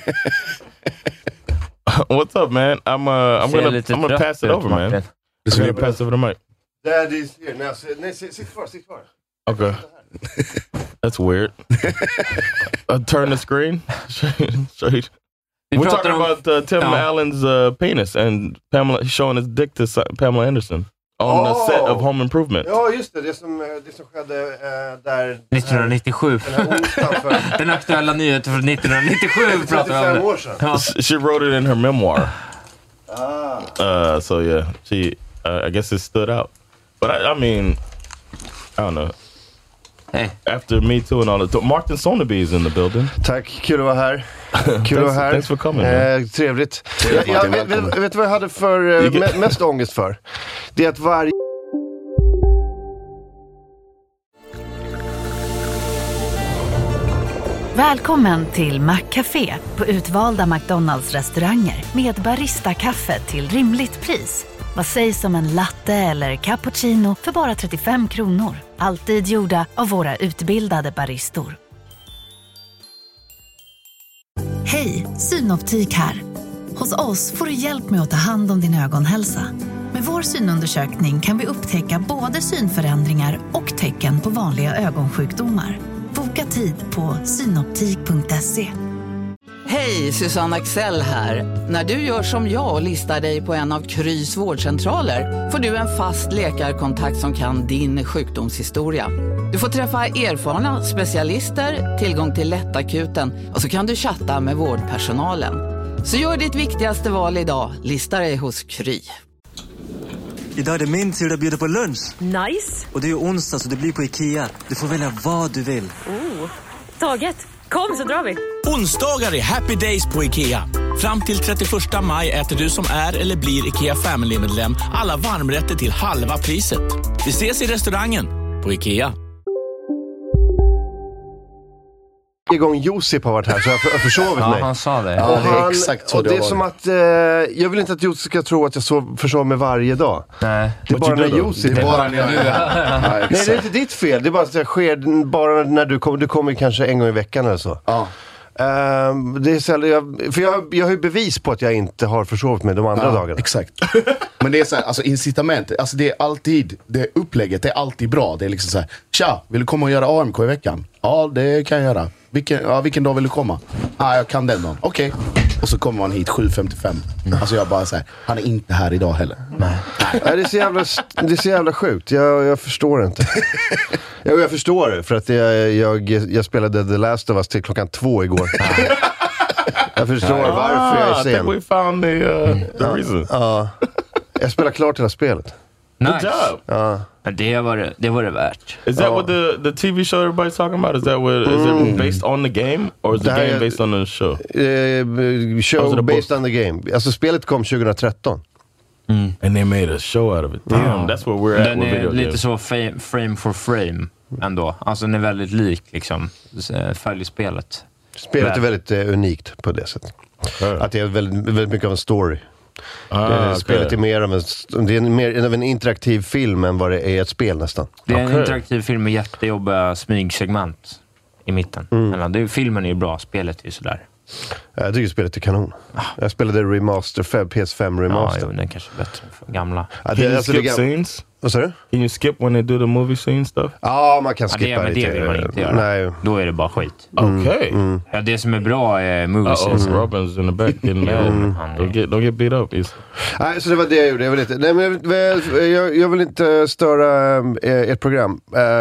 What's up, man? I'm gonna pass it over, man. I'm gonna pass over the mic. Daddy's here. Now, sit kvar. Okay. That's weird. Turn the screen. Straight. We're talking about Tim Allen's penis and Pamela showing his dick to Pamela Anderson on the set of Home Improvement. Ja, just det. Det som skedde där... 1997. Den aktuella nyheten från 1997 pratar vi om. år sedan. She wrote it in her memoir. So yeah, she I guess it stood out. But I mean, I don't know. Hey. After Me Too and all that. Martin Soneby is in the building. Tack, kul att vara här. Thanks for coming. Trevligt. Vet du vad jag hade för mest ångest för? Det är att varje... Välkommen till McCafé på utvalda McDonalds-restauranger med barista-kaffe till rimligt pris. Vad sägs om en latte eller cappuccino för bara 35 kronor? Alltid gjorda av våra utbildade baristor. Hej, Synoptik här. Hos oss får du hjälp med att ta hand om din ögonhälsa. Med vår synundersökning kan vi upptäcka både synförändringar och tecken på vanliga ögonsjukdomar. Boka tid på synoptik.se. Hej, Susanne Axel här. När du gör som jag och listar dig på en av Krys vårdcentraler får du en fast läkarkontakt som kan din sjukdomshistoria. Du får träffa erfarna specialister, tillgång till lättakuten och så kan du chatta med vårdpersonalen. Så gör ditt viktigaste val idag, listar dig hos Kry. Idag är det min tur att bjuda på lunch. Nice. Och det är onsdag så det blir på Ikea. Du får välja vad du vill. Taget. Kom så drar vi. Onsdagar är happy days på Ikea. Fram till 31 maj äter du som är eller blir Ikea Family-medlem alla varmrätter till halva priset. Vi ses i restaurangen på Ikea. Igång Josip har varit här så jag har försovit mig. Ja, han sa det. Ja, det är exakt så och det är som att jag vill inte att Josip ska tro att jag försov mig varje dag. Nej. Det är bara när Josip. Det är bara när Nej, det är inte ditt fel. Det är bara att det sker bara när du kommer kanske en gång i veckan eller så. Ja. Det är så, jag har ju bevis på att jag inte har försovit mig de andra dagarna. Exakt. Men det är så här, alltså incitament, alltså det är alltid, det upplägget är alltid bra. Det är liksom så här: tja, vill du komma och göra AMK i veckan? Ja, det kan jag göra. Vilken dag vill du komma? Jag kan den dagen. Okej. Och så kommer man hit 7.55. Alltså jag bara så här, han är inte här idag heller. Nej. Det är så jävla sjukt. Jag förstår inte. Jag förstår det för att jag spelade The Last of Us till 2:00 igår. Jag förstår varför jag är sen. I think we found the reason. Jag spelar klart hela spelet. Nice. Good job. Men det var det värt. Is that what the TV show everybody's talking about? Is it based on the game? Or is the game based on the show? Show based on the game. Alltså spelet kom 2013. And they made a show out of it. Damn, that's where we're at Den with är video lite games. så frame for frame ändå. Alltså den är väldigt lik liksom följer spelet. Spelet är väldigt unikt på det sättet. Att det är väldigt mycket av en story. Spelet är mer av en interaktiv film än vad det är ett spel nästan. Det är en interaktiv film med jättejobbiga smygsegment i mitten. Filmen är ju bra, spelet är ju sådär. Jag tycker spelet är kanon. Jag spelade Remaster, PS5 Remaster. Ja, den kanske är bättre för gamla. Can you skip scenes? Vad sa du? Can you skip when they do the movie scene stuff? Ja, man kan skippa det. Det vill man inte göra. Nej. Då är det bara skit. Okay. Ja, det som är bra är movie scenes. Robin's in the back getting mad. Don't get beat up. Nej, så det var det jag gjorde. Jag vill inte störa ert program.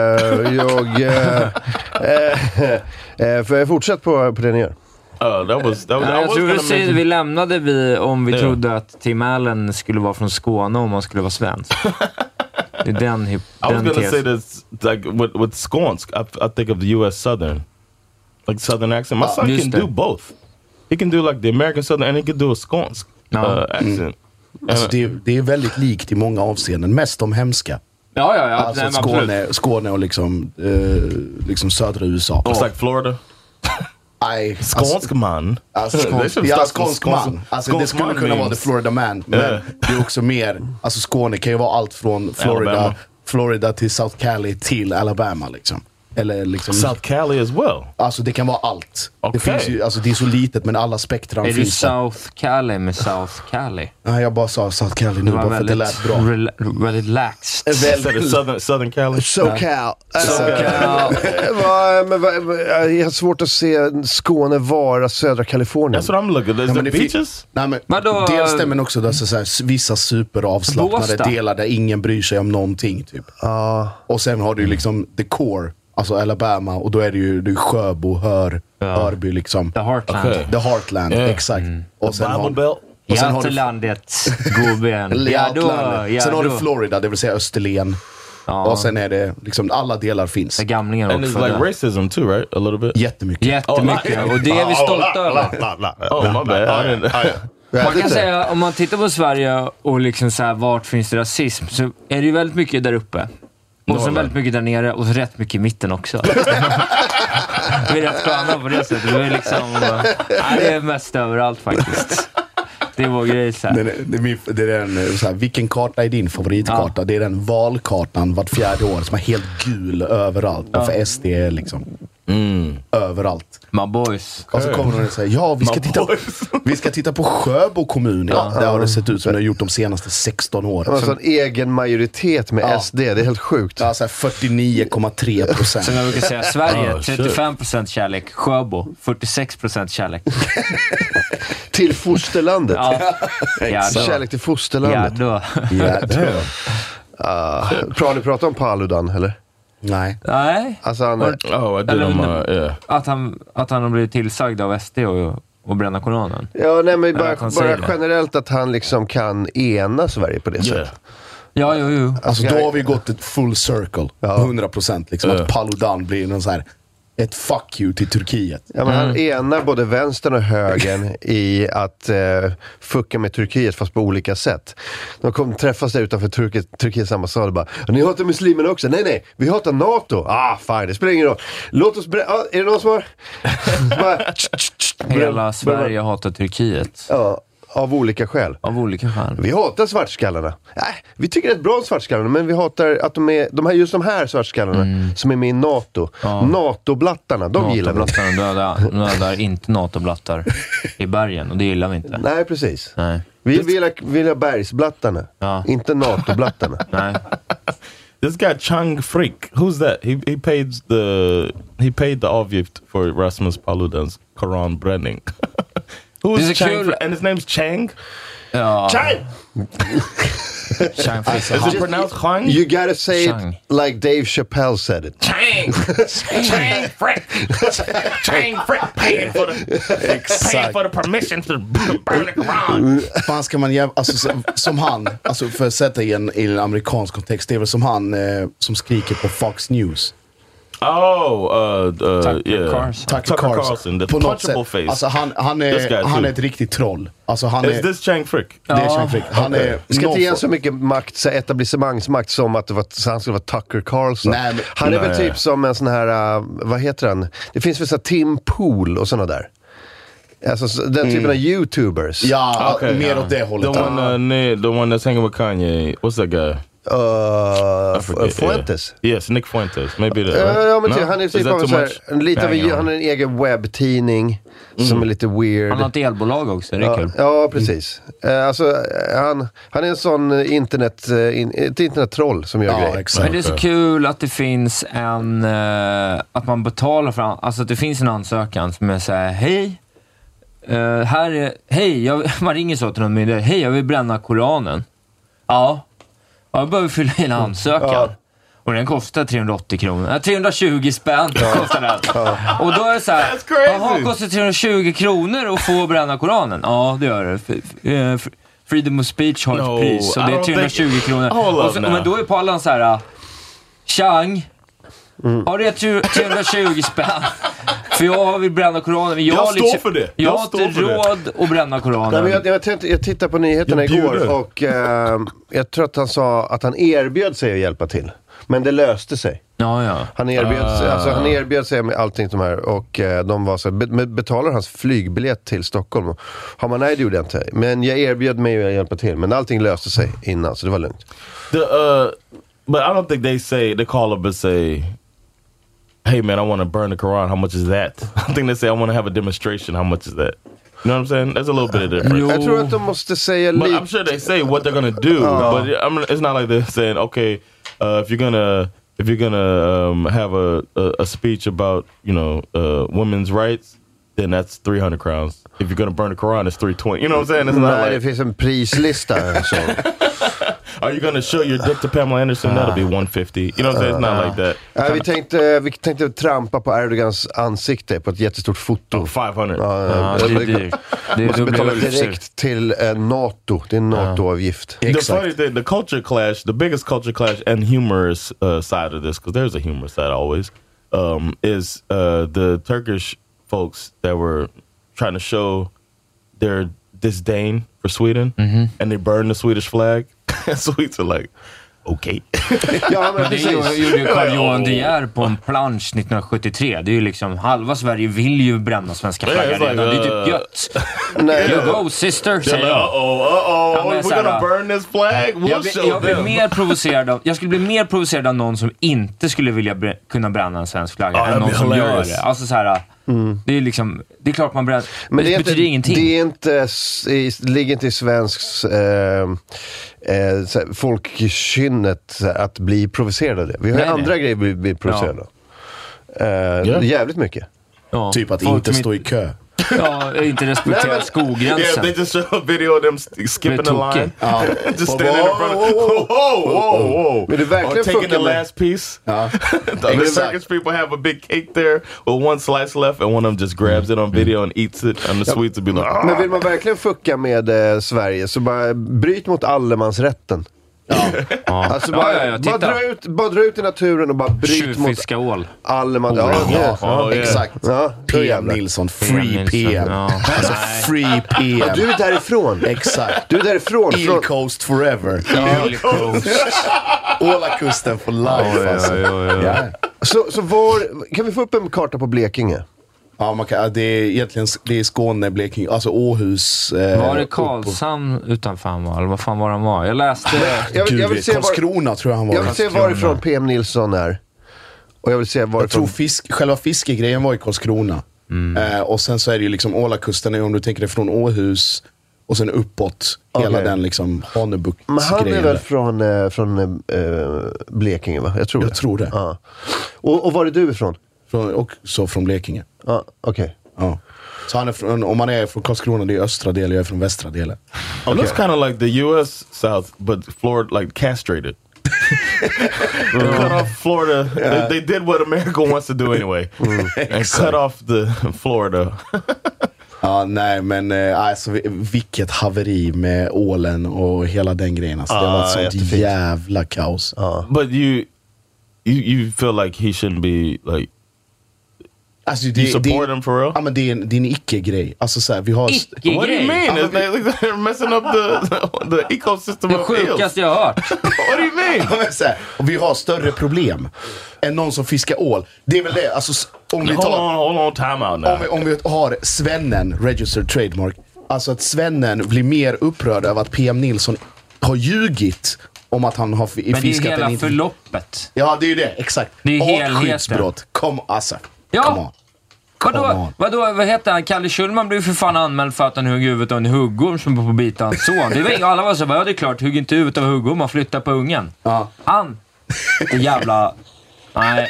Får jag fortsätta på det ni gör? Jag tror vi lämnade om vi trodde att Tim Allen skulle vara från Skåne om han skulle vara svensk. Det är den I was gonna say this like with Skånsk. I think of the U.S. Southern, like Southern accent. My son can do both. He can do like the American Southern and he can do a Skånsk accent. Alltså det är väldigt likt i många avseenden. Mest de hemska. Ja. Alltså Skåne och liksom södra USA. It's like Florida. Nej. Skånsk man. Skånsk man. Alltså, det skulle kunna vara the Florida man. Men det är också mer, alltså Skåne kan ju vara allt från Florida till South Cali till Alabama liksom. Eller liksom, South Cali as well. Alltså det kan vara allt. Okay. Det finns ju, alltså det är så litet men alla spektran finns. Är det South Cali med South Cali? Nej, jag bara sa South Cali nu bara för att det lät bra. Väldigt laxed. Southern Cali. SoCal. Jag har svårt att se Skåne vara södra Kalifornien. That's what I'm looking at. Is there beaches? Nej, men det stämmer också. Där så här, vissa superavslappnade delar där ingen bryr sig om någonting typ. Och sen har du liksom the core. Alltså Alabama, och då är det ju Sjöbo, Hörby liksom. The Heartland. Okay. The Heartland, exakt. Och sen har du landet, gubben. Sen har du Florida, det vill säga Österlen. Och sen är det liksom, alla delar finns. Gamlingar också. And it's like racism too, right? A little bit? Jättemycket. Och det är vi stolta över. Oh, my bad. Man kan säga, om man tittar på Sverige och liksom så här, vart finns det rasism, så är det ju väldigt mycket där uppe. Och så väldigt mycket där nere och så rätt mycket i mitten också. Vi är rätt sköna på det sättet. Det är liksom, det är mest överallt faktiskt. Det är vår grej så här. Det är den, så här, vilken karta är din favoritkarta? Ja. Det är den valkartan vart 4:e år som är helt gul överallt. Ja. För SD är liksom överallt. My boys. Och så kommer de och säger, vi ska titta på Sjöbo kommun. Ja, det har det sett ut som det har gjort de senaste 16 åren. Alltså en egen majoritet med SD, det är helt sjukt. Ja, 49,3%. Så jag brukar säga, Sverige, 35% kärlek. Sjöbo, 46% kärlek. Till fosterlandet. Kärlek till fosterlandet. Har ni pratat om Paludan, eller? Nej. Alltså han, att han har blivit tillsagd av SD och bränna Koranen. Ja, nej, men bara generellt att han liksom kan ena Sverige på det sättet. Ja, jo. Alltså då har vi gått ett full circle. 100% liksom att Paludan blir någon så här ett fuck you till Turkiet. Ja, men han enar både vänstern och högern i att fucka med Turkiet fast på olika sätt. De träffas där utanför Turkiets ambassad och bara, ni hatar muslimerna också? Nej, vi hatar NATO. Fine, det spelar ingen roll. Låt oss är det någon som har? Hela Sverige hatar Turkiet. Ja. Av olika skäl. Vi hatar svartskallarna. Vi tycker det är bra svartskallarna, men vi hatar att de här svartskallarna som är med i NATO. NATO-blattarna, de gillar vi. NATO-blattarna dödar inte NATO-blattar i bergen, och det gillar vi inte. Nej, precis. Nej. Vi vill ha bergsblattarna, inte NATO-blattarna. Nej. This guy Chang Frick, who's that? He paid the avgift for Rasmus Paludan's Koran branding. Who's Chang? And his name's Chang? Chang! Chang Is it pronounced Chang? You gotta say Chang. It like Dave Chappelle said it. Chang! Chang Frick! Chang Frick paying for the permission to burn the Quran. Fan ska man alltså, som han, alltså för att sätta i en amerikansk kontext, det är väl som han som skriker på Fox News. Tucker Carlson, the punchable face. Alltså han är ett riktigt troll. Alltså Is this Chang Frick? Det är Chang Frick. Han är ska inte ge så mycket makt, så etablissemangsmakt som att han skulle vara Tucker Carlson. Han är väl typ som en sån här, vad heter han? Det finns väl så Tim Pool och såna där. Alltså den typen av YouTubers. Ja, mer åt det hållet. The one that's hanging with Kanye. What's that guy? Fuentes. Yes, Nick Fuentes. Maybe han är typ av så här, han har en egen webbtidning som är lite weird. Han har ett elbolag också, det är kul. Ja, precis. Alltså, han är en sån ett internettroll som gör grejer. Exakt. Men det är så kul att det finns att man betalar för, alltså att det finns en ansökan som är så här, man ringer så till någon myndighet, hej, jag vill bränna Koranen. Jag behöver fylla in en ansökan. Och den kostar 380 kronor. 320 spänn kostar den. Och då är det så här, jaha, kostar 320 kronor att få bränna Koranen? Ja, det gör det. Freedom of speech har ett pris. Och det är 320 kronor. Men då är Pallan så här, Chang, har det 320 spänn? För jag vill bränna Koranen. Jag står för det. Jag har inte råd att bränna Koranen. Jag tittade på nyheterna igår och jag tror att han sa att han erbjöd sig att hjälpa till. Men det löste sig. Ja. Han erbjöd sig med allting de här och de var så betalar hans flygbiljett till Stockholm. Har man nej, det gjorde jag inte. Men jag erbjöd mig att hjälpa till, men allting löste sig innan, så det var lugnt. But I don't think they call up and say, hey man, I want to burn the Quran, how much is that? I think they say, I want to have a demonstration, how much is that? You know what I'm saying? There's a little bit of difference. Jag tror att de måste säga but I'm sure they say what they're gonna do, but I mean, it's not like they're saying, okay, if you're gonna have a speech about, you know, women's rights, then that's 300 crowns. If you're gonna burn the Quran, it's 320. You know what I'm saying? It's not like, det finns en prislista. Så. Are you gonna show your dick to Pamela Anderson? That'll be 150. You know what I'm saying? It's not like that. Vi tänkte trampa på Erdogans ansikte på ett jättestort foto. 500. Det måste betala direkt till NATO. Det är NATO-avgift. The funny thing, the culture clash, the biggest culture clash and humorous side of this, because there's a humorous side always, is the Turkish folks that were trying to show their disdain for Sweden, and they burned the Swedish flag. Swedes are like, okay. Ja, men det gjorde ju Carl-Johan De Geer på en plansch 1973. Det är ju liksom, halva Sverige vill ju bränna svenska flaggan redan. Det är typ gött. You go sister, säger jag. We're gonna burn this flag. Jag skulle bli mer provocerad av någon som inte skulle vilja kunna bränna en svensk flagga än någon som gör det. Alltså så här. Det är liksom, det är klart man bränner, men det betyder ingenting. Det är inte, ligger inte i svensks folkkynnet att bli provocerad av det. Vi har andra grejer att bli provocerade av. Jävligt mycket. Ja. Typ att inte stå i kö. Ja, inte respektera skogränsen. Yeah, they just show a video of them skipping the line. Just standing in front of... Whoa. Men det verkligen taking the last piece. The Turkish people have a big cake there with one slice left and one of them just grabs it on video and eats it and the Swedes will be like... Men vill man verkligen fucka med Sverige så bara bryt mot allemansrätten. Alltså bara dra ut i naturen och bara bryt mot allemand. Exakt. PM Nilsson, free PM. Alltså free PM. Du är därifrån. Exakt. Du är därifrån. East Coast forever. Ålakusten for life. Alltså. Så var kan vi få upp en karta på Blekinge? Ja, man kan, det är egentligen det är Skåne, Blekinge, alltså Åhus. Var det Karlshamn utanför han var? Eller vad fan var han var? Jag läste... jag vill se Karlskrona tror jag han var. Jag vill se varifrån PM Nilsson är. Och jag vill se varifrån... Jag tror själva fiskegrejen var i Karlskrona. Och sen så är det ju liksom Ålakusten, om du tänker det från Åhus och sen uppåt. Hela den liksom Hanebuktsgrejen. Men han är väl från Blekinge, va? Jag tror det. Ja. Och var är du ifrån? Också från Blekinge. Ja, okej. Ja. Så han är från, om man är från Karlskrona, det är östra delen, jag är från västra delen. It looks kind of like the US South, but Florida like castrated. Cut off Florida. They did what America wants to do anyway. And cut off the Florida. Ja, nej, men alltså, vilket haveri med ålen och hela den grejen. Alltså, det var ett sånt jävla kaos. But you feel like he shouldn't be like... Alltså, you support him for real? Ja, men det är en icke-grej. Alltså så här, vi har... Icke-grej? What do you mean? They're messing up the ecosystem of hills. Det sjukaste jag har hört. What do you mean? Ja, så här, och vi har större problem än någon som fiskar ål. Det är väl det, alltså... Om vi tar, hold on, time out now. Om vi har Svennen, registered trademark. Alltså att Svennen blir mer upprörd över att PM Nilsson har ljugit om att han har fiskat. Men det är hela förloppet. Ja, det är ju det, exakt. Det är helheten. Kom, alltså. Ja. Vadå, vad heter han? Kalle Schulman blev för fan anmäld för att han högg huvudet av en huggorm som var på bita hans son. Det var alla var så, det är klart, hugg inte huvudet av huggorm, man flyttar på ungen. Han, det jävla... Nej,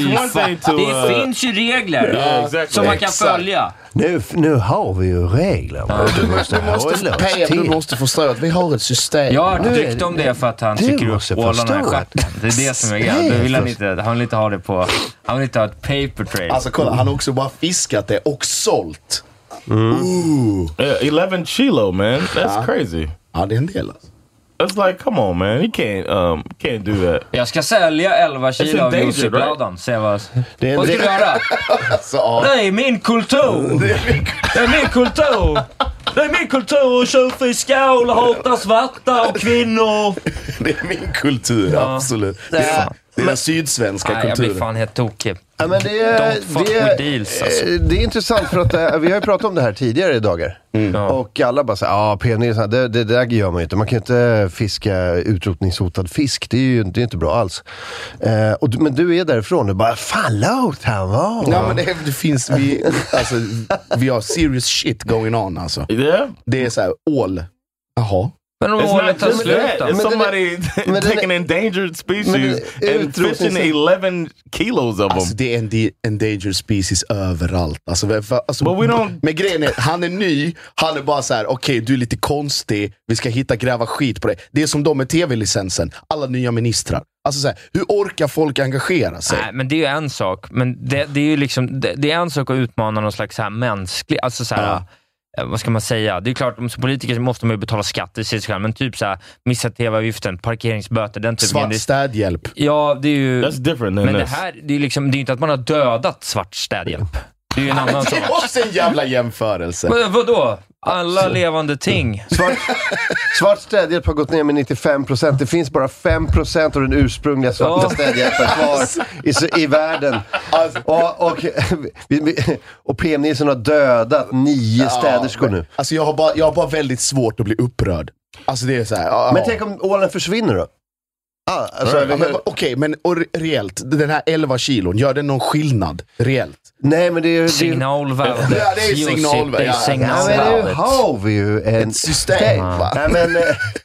det finns ju regler som man kan följa. Nu har vi ju regler. Du måste förstå att vi har ett system. Jag har tyckt om det för att han tycker upp ålarna i stjärten. Det är det som är grejen. Han vill inte ha det på... Han vill inte ha ett paper trail. Alltså kolla, han har också bara fiskat det och sålt. 11 kilo, man. That's crazy. Ja, det är en del alltså. It's like, come on, man. You can't do that. Jag ska sälja 11 kilo av Josef-bladan. Vad ska du göra? Det är min kultur. Det är min kultur. Det är min kultur att tjuvfiska och hata svarta och kvinnor. Det är min kultur, absolut. Det är den sydsvenska kulturen. Jag blir fan helt tokig. Ja, men det är intressant för att vi har ju pratat om det här tidigare i dagar. Och alla bara säger, P. Nilsson, det där gör man ju inte. Man kan inte fiska utrotningshotad fisk. Det är inte bra alls. Men du är därifrån och bara, fan lågt han var. Ja, men det finns, vi har serious shit going on alltså. Yeah. Det är så här, ål. Jaha. Men om ålet tar slut då? It's somebody taking an endangered species and fishing 11 kilos of them. Alltså det är en endangered species överallt. Alltså, men grejen är, han är ny, han är bara så här: okej, du är lite konstig, vi ska gräva skit på det. Det är som de med tv-licensen, alla nya ministrar. Alltså så här, hur orkar folk engagera sig? Nej, men det är ju en sak. Men det är ju liksom, det är en sak att utmana någon slags så här mänsklig, alltså så här, vad ska man säga? Det är klart, som politiker måste man ju betala skatt i sig själv, men typ så här, missa tv-avgiften, parkeringsböter, den typen. Svart städhjälp. Ja, det är ju... That's different than men this. det här, det är liksom, det är inte att man har dödat svart städhjälp. Det är ju en annan sak. Det är också en jävla jämförelse. Men vadå? Alla levande ting. Svart städhjälp har gått ner med 95%. Det finns bara 5% av den ursprungliga svarta städhjälpen kvar i världen. Och PM Nilsson har dödat 9 städerskor nu. Alltså jag har bara väldigt svårt att bli upprörd. Alltså det är så här. Men tänk om ålen försvinner då? Okej, men reellt, den här 11 kilon, gör det någon skillnad reellt? Nej, men det är signalvärdet. Ja, det är signalvärdet. Men nu har vi ju ett system, va? Nej, men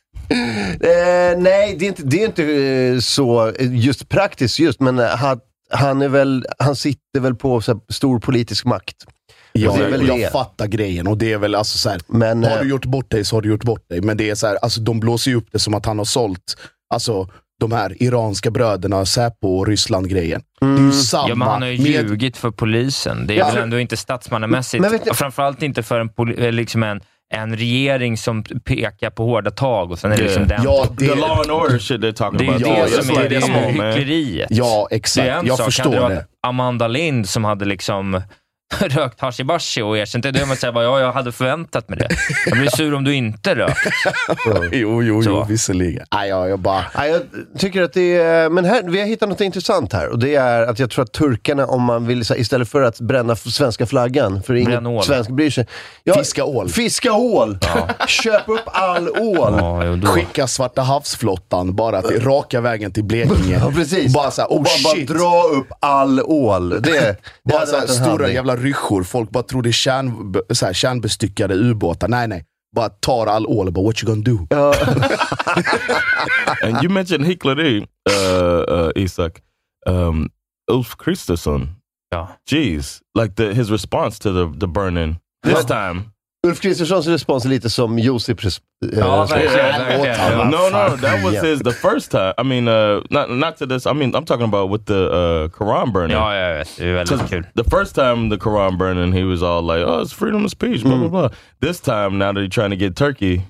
nej, det är inte så just praktiskt men han sitter väl på så här, stor politisk makt. Jag fattar grejen, och det är väl alltså så här, men har du gjort bort dig så har du gjort bort dig, men det är så här, alltså de blåser ju upp det som att han har sålt, alltså de här iranska bröderna, Säpo och Ryssland-grejen. Det är ju samma. Ja, men han har ju ljugit för polisen. Det är väl ändå inte statsmannamässigt. Men framförallt inte för en regering som pekar på hårda tag, och sen är det liksom den. Ja, the law and order shit they're talking about. Det är det som är hyckleriet. Ja, exakt. Jag förstår det. Amanda Lind som hade liksom rökt hashibashi och erkänt det, man säger vad jag hade förväntat mig det. Jag blir sur om du inte rökt. Jo, visserligen. Jag tycker att det är, men här, vi har hittat något intressant här, och det är att jag tror att turkarna, om man vill, istället för att bränna svenska flaggan, för ingen svensk bryr sig. Fiska ål. Ja. Köp upp all ål. Skicka Svarta havsflottan bara till raka vägen till Blekinge. Ja, precis. Bara så här, bara dra upp all ål. Det bara så här, stora jävla ryschor. Folk bara tror det är kärnbestyckade ubåtar. Nej. Bara tar all ål och bara, what you gonna do? And you mentioned hyckleri, Isak. Ulf Kristersson. Yeah. Jeez. Like his response to the burning this time. Ulf Kristerssons respons är lite som Josip No, that was the first time. I mean, not to this. I mean, I'm talking about with the Quran burning. Ja, jag vet. Det är väldigt kul. The first time the Quran burning, he was all like, "Oh, it's freedom of speech." Blah blah blah. This time, now that he's trying to get Turkey,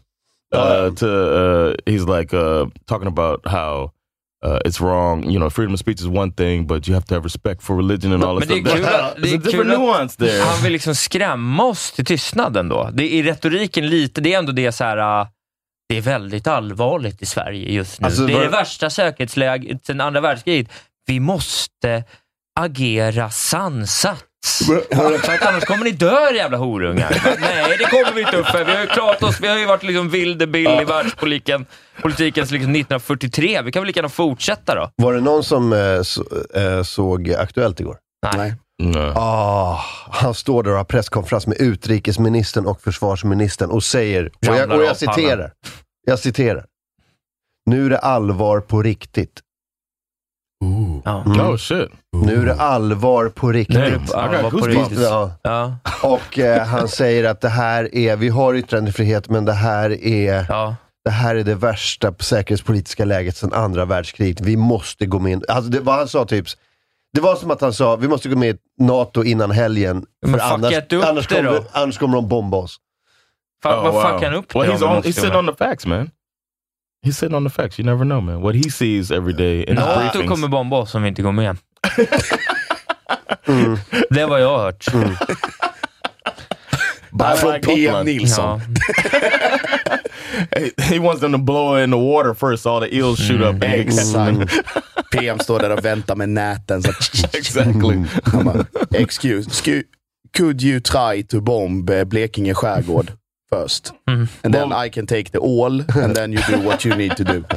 he's like talking about how it's wrong. You know, freedom of speech is one thing, but you have to have respect for religion and all that stuff. There's a different nuance there. Han vill liksom skrämma oss till tystnaden då. Det är i retoriken lite, det är ändå det så här. Det är väldigt allvarligt i Sverige just nu. Alltså, det är det värsta säkerhetsläget sedan andra världskriget. Vi måste agera sansat. För att annars kommer ni dö, jävla horungar. Nej, det kommer vi inte upp för. Vi har ju klarat oss. Vi har ju varit liksom vildebill i världspolitiken liksom 1943. Vi kan väl lika gärna fortsätta då. Var det någon som såg Aktuellt igår? Nej. Han står där och har presskonferens med utrikesministern och försvarsministern och säger, och jag citerar, nu är det allvar på riktigt. Oh shit. Nu är det allvar på riktigt. Ja. Och han säger att det här är, vi har yttrandefrihet, men det här är det värsta säkerhetspolitiska läget sedan andra världskriget. Vi måste gå med. Alltså det var han sa typ. Det var som att han sa, vi måste gå med i NATO innan helgen, för annars kommer de bomba oss. Vad fuckar han upp det? He's sitting on the facts, man. He's sitting on the facts. You never know, man. What he sees every day in his briefings. NATO kommer bomba oss om vi inte går med. Det var jag har hört. Bara från PM Nilsson. He wants them to blow in the water first, so all the eels shoot up. Exakt. PM står där och väntar med näten. Så exactly. Bara, excuse, could you try to bomb Blekinge skärgård first? And then I can take the all, and then you do what you need to do.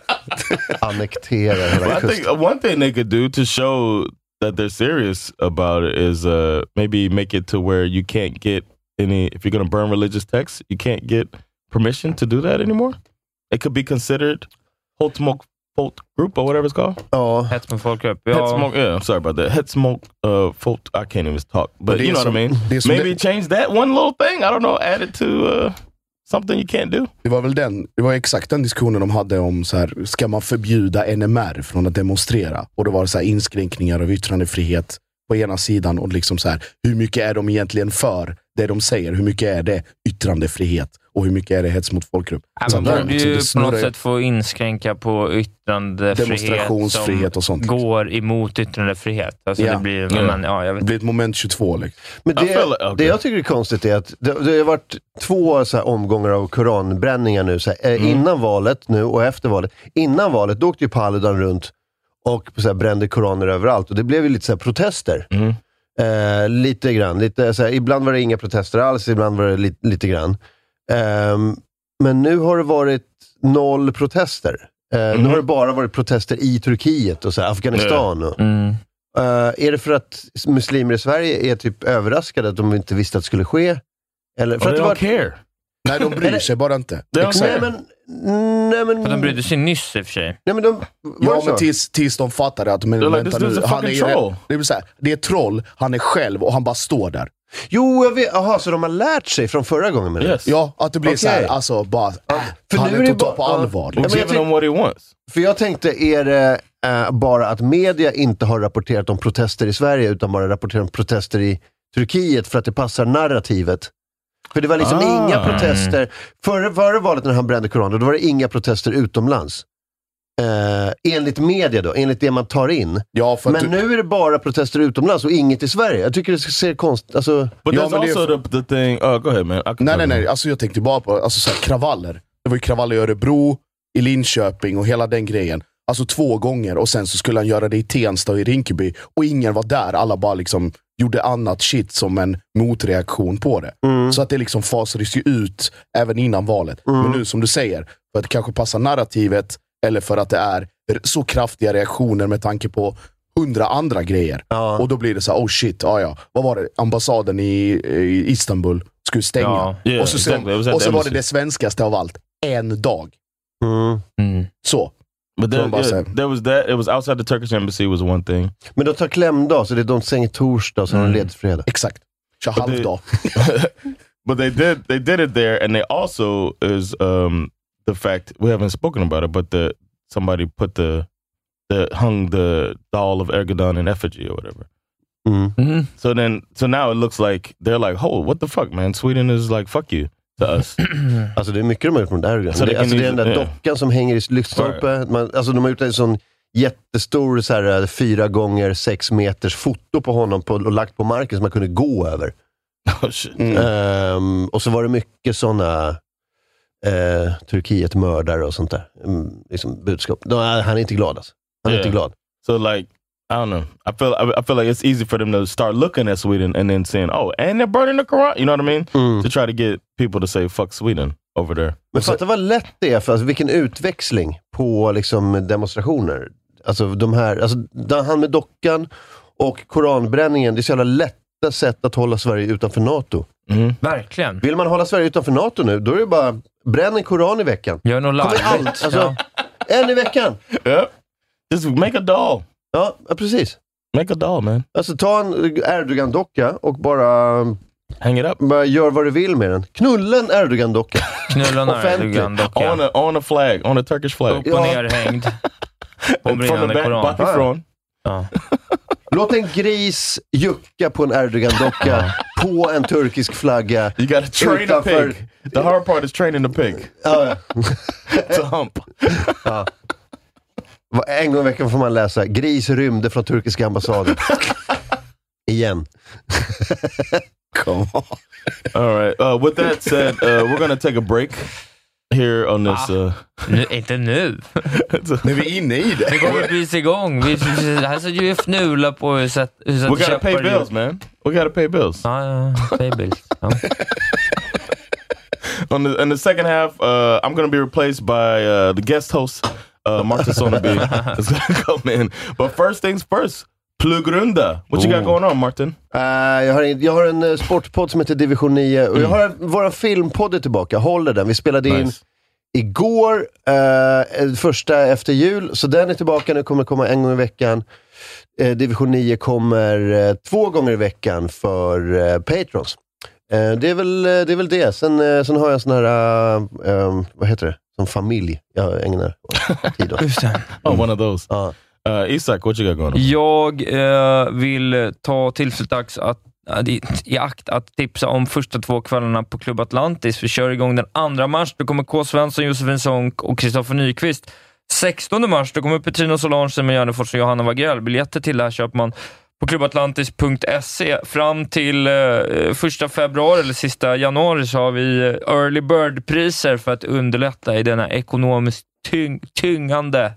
Annektera hela I think one thing they could do to show that they're serious about it is maybe make it to where you can't get any, if you're going to burn religious texts, you can't get permission to do that anymore. It could be considered hets mot folkgrupp or whatever it's called. Ja. Hets mot folkgrupp. Yeah, I'm sorry about that. Hets mot folk. I can't even talk. But you know what I mean? Maybe change that one little thing. I don't know. Add it to something you can't do. Det var exakt den diskussionen de hade om så här, ska man förbjuda NMR från att demonstrera? Och det var så här inskränkningar av yttrandefrihet på ena sidan och liksom så här, hur mycket är de egentligen för det de säger? Hur mycket är det yttrandefrihet? Och hur mycket är det hets mot folkgrupp? Man borde ju på något sätt få inskränka på yttrandefrihet, demonstrationsfrihet och sånt. Går emot yttrandefrihet. Alltså det blir, jag vet. Det blir ett moment 22. Liksom. Men det jag tycker är konstigt är att det har varit 2 så här omgångar av koranbränningar nu. Så här, innan valet nu och efter valet. Innan valet, då åkte ju Paludan runt och så här, brände koraner överallt. Och det blev ju lite så här protester. Lite grann. Lite, så här, ibland var det inga protester alls, ibland var det lite grann. Men nu har det varit 0 protester. Nu har det bara varit protester i Turkiet och så här, Afghanistan. Och, är det för att muslimer i Sverige är typ överraskade att de inte visste att det skulle ske? Eller för att det var care. Nej, de bryr sig bara inte. Nej, men för de brydde sig nyss i och för sig. Nej, men men tills de fattade att han det är troll, han är själv och han bara står där. Jo, jag vet. Aha, så de har lärt sig från förra gången med det? Ja, att det blir så här, alltså bara för han nu är totalt på allvar. För jag tänkte, är det bara att media inte har rapporterat om protester i Sverige utan bara rapporterat om protester i Turkiet för att det passar narrativet? För det var liksom inga protester före valet när han brände koraner, då var det inga protester utomlands. Enligt media då, enligt det man tar in. Ja, men nu är det bara protester utomlands och inget i Sverige. Jag tycker det ser konstigt. Alltså, but there's also the thing. Go ahead, man. Nej. Alltså jag tänkte bara på så här, kravaller. Det var ju kravaller i Örebro, i Linköping och hela den grejen. Alltså 2 gånger och sen så skulle han göra det i Tensta och i Rinkeby och ingen var där. Alla bara liksom gjorde annat shit som en motreaktion på det. Så att det liksom fasades ju ut även innan valet. Men nu som du säger, för att det kanske passar narrativet eller för att det är så kraftiga reaktioner med tanke på 100 andra grejer. Och då blir det så här, oh shit, vad var det? Ambassaden i Istanbul skulle stänga. Och så var det svenskaste av allt. En dag. Så. But there was that. It was outside the Turkish embassy was one thing. Men de tar klämdag, så det är de stänger torsdag så de leds fredag. Exakt. Så halvdag. But they did it there, and they also is the fact we haven't spoken about it, but somebody put hung the doll of Erdogan in effigy or whatever. So now it looks like they're like, oh, what the fuck, man? Sweden is like, fuck you. Alltså det är mycket de har gjort mot Erdogan. Det är den där dockan som hänger i lyktstolpe. Alltså de har gjort en sån jättestor så här, 4x6 meters foto på honom och lagt på marken som man kunde gå över. Och så var det mycket såna Turkiet mördare och sånt där liksom budskap. Han är inte glad alltså. Han är inte glad. So like, I don't know. I feel like it's easy for them to start looking at Sweden and then saying, oh, and they're burning the Quran. You know what I mean? To try to get people to say fuck Sweden over there. Men fatta vad lätt det är, för alltså, vilken utväxling på liksom demonstrationer. Alltså de här, alltså han med dockan och koranbränningen, det är så jävla lätta sätt att hålla Sverige utanför NATO. Verkligen. Vill man hålla Sverige utanför NATO nu, då är det bara bränn en koran i veckan. Gör nog live. Allt, alltså, en i veckan. Yep. Just make a doll. Ja, precis. Make a doll, man. Alltså ta en Erdogan-docka och bara hang it up. Bara gör vad du vill med den. Knulla en Erdogan-docka. Knulla en Erdogan-docka. On a flag, on a Turkish flag. Upp och nerhängd. From the back, bakifrån. Låt en gris jucka på en Erdogan-docka på en turkisk flagga. You gotta train a pig. The hard part is training the pig. To hump. En gång i veckan får man läsa gris rymde från turkiska ambassaden. Igen. Come on. All right. With that said, we're going to take a break. here on this. Inte nu. Nu är vi inne i det. Det kommer precis igång. Här så ju fnula på hur sätt. We gotta pay bills, man. We gotta pay bills. Pay bills. In the second half, I'm going to be replaced by the guest host, Martin Soneby. is going to come in. But first things first, Pluggrunda. What you got going on, Martin? Jag har en sportpodd som heter Division 9. Och jag har våra filmpodder tillbaka. Håller den. Vi spelade in igår, första efter jul. Så den är tillbaka. Nu kommer komma en gång i veckan. Division 9 kommer 2 gånger i veckan för patrons. Det är väl det. Sen har jag en sån här vad heter det? Som familj. Jag ägnar tid åt. One of those. Isak, what you got going on? Jag vill ta tillfället i akt att tipsa om första 2 kvällarna på Club Atlantis. Vi kör igång den 2 mars. Då kommer K. Svensson, Josefin Sonck och Kristoffer Nyqvist. 16 mars, då kommer Petrino Solange med Jannefors och Johanna Wagrell. Biljetter till det här köper man på klubatlantis.se. Fram till 1 februari eller sista januari så har vi early bird-priser för att underlätta i denna ekonomiskt tyngande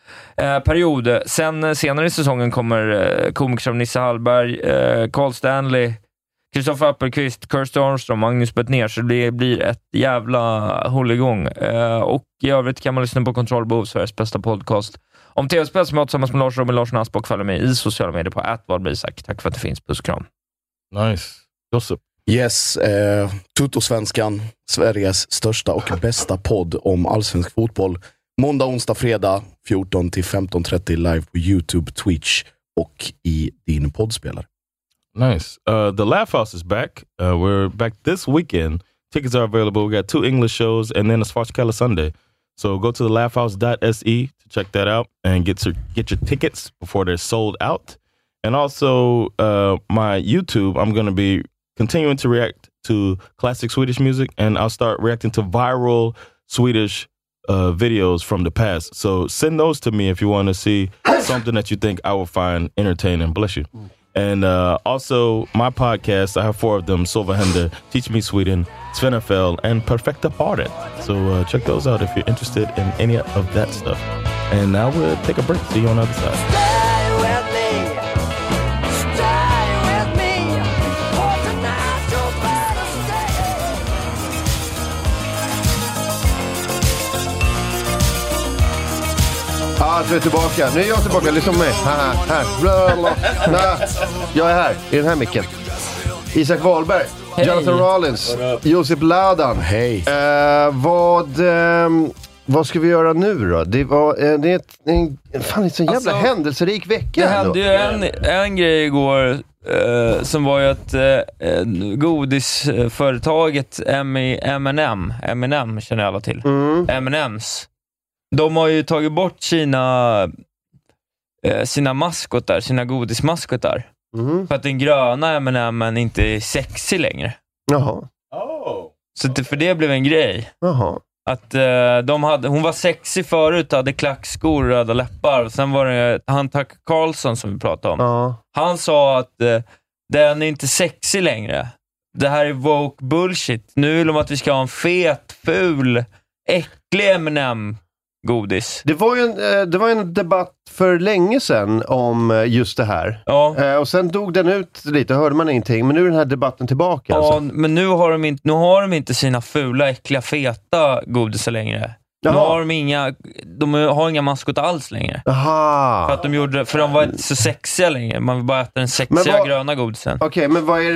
period. Sen senare i säsongen kommer komiker som Nisse Hallberg, Carl Stanley, Kristoffer Appelqvist, Kirsten Armstrong, Magnus Bettner, så det blir ett jävla hålligång. Och i övrigt kan man lyssna på Kontrollbehov, Sveriges bästa podcast om tv-spel som jag tillsammans med Lars Robin Larsson Asp och följer med i sociala medier på @vadbeisak. Tack för att det finns. Puss och kram. Nice. Josep. Yes, Tutosvenskan, Sveriges största och bästa podd om allsvensk fotboll. Måndag, onsdag, fredag 14 till 15:30 live på YouTube, Twitch och i din poddspelare. Nice. The Laugh House is back. We're back this weekend. Tickets are available. We got 2 English shows and then a Svartskalle Sunday. So go to thelaughhouse.se to check that out and get your tickets before they're sold out. And also my YouTube, I'm going to be continuing to react to classic Swedish music, and I'll start reacting to viral Swedish videos from the past. So send those to me if you want to see something that you think I will find entertaining. Bless you. And also my podcast, I have 4 of them: Sova Hender, Teach Me Sweden, Svenafel, and Perfecta Paret. So check those out if you're interested in any of that stuff. And now we'll take a break. See you on the other side. Stay with me. Stay with me. For tonight you're better stay. Så är jag tillbaka. Nu är jag tillbaka. Lyssna på mig. Här. Jag är här. I den här micken. Isak Wahlberg. Hey. Jonathan Rollins. Josip Ladan. Hej. Vad ska vi göra nu då? Det är en sån jävla händelserik vecka. Det hände ju en grej igår som var ju att godisföretaget M&M känner alla till. M&M's. De har ju tagit bort sina maskotar, sina godismaskotar. För att den gröna M&M:en inte är sexig längre. Jaha. Så för det blev en grej. Jaha. Att hon var sexig förut, hade klackskor och röda läppar. Och sen var det han Tucker Carlson som vi pratade om. Ja. Han sa att den är inte sexig längre. Det här är woke bullshit. Nu vill de att vi ska ha en fet, ful, äcklig M&M godis. Det var ju en debatt för länge sedan om just det här. Ja. Och sen dog den ut lite, hörde man ingenting. Men nu är den här debatten tillbaka. Ja, alltså. Men nu har de inte sina fula, äckliga, feta godisar längre. De har inga maskot alls längre. Aha. För de var inte så sexiga längre. Man vill bara äta den sexiga gröna godisen. Okej, men vad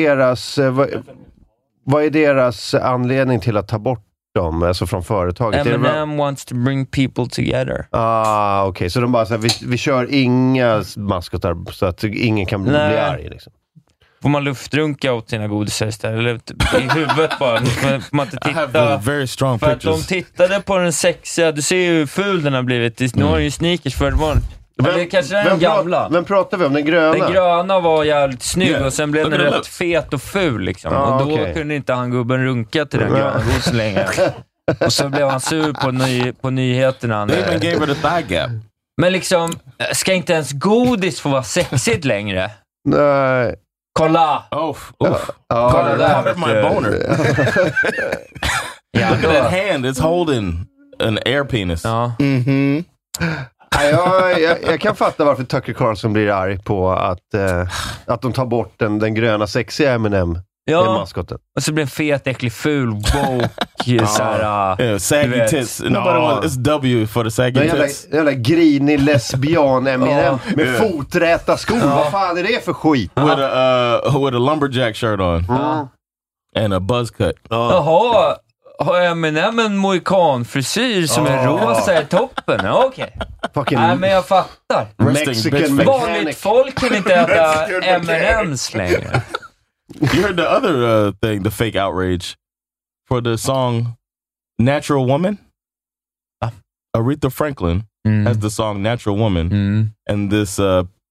är deras anledning till att ta bort dem, alltså från företaget? M&M wants to bring people together. Okej. Så de bara så här, vi kör inga maskotar så att ingen kan bli arg liksom. Får man luftrunka åt sina godisar istället? Eller i huvudet bara. Får man inte titta. Very strong för att de tittade på den sexiga. Du ser ju hur ful den har blivit. Nu har den ju sneakers för det kanske är den gamla. Vem pratar vi om? Den gröna? Den gröna var jävligt snygg och sen blev den rätt fet och ful liksom. Och då kunde inte han gubben runka till den gröna godisen längre. Och så blev han sur på nyheterna. Men liksom, ska inte ens godis få vara sexigt längre? Nej. Kolla! Kolla där. My boner. Look at that hand, it's holding an air penis. Ja. Mhm. Jag kan fatta varför Tucker Carlson blir arg på att de tar bort den gröna sexiga M&M. Ja, och så blir en fet, äcklig, ful, woke, saggy tits. Nobody wants, it's W for the saggy tits. Jävla grinig lesbian M&M med foträta skor. Vad fan är det för skit? With a lumberjack shirt on. And a buzz cut. Jaha, har M&M en mohikanfrisyr som är rosa i toppen? Okej. Nej, men jag fattar. Vanligt folk kan inte äta M&M's längre. You heard the other thing, the fake outrage for the song Natural Woman? Aretha Franklin has the song Natural Woman, and this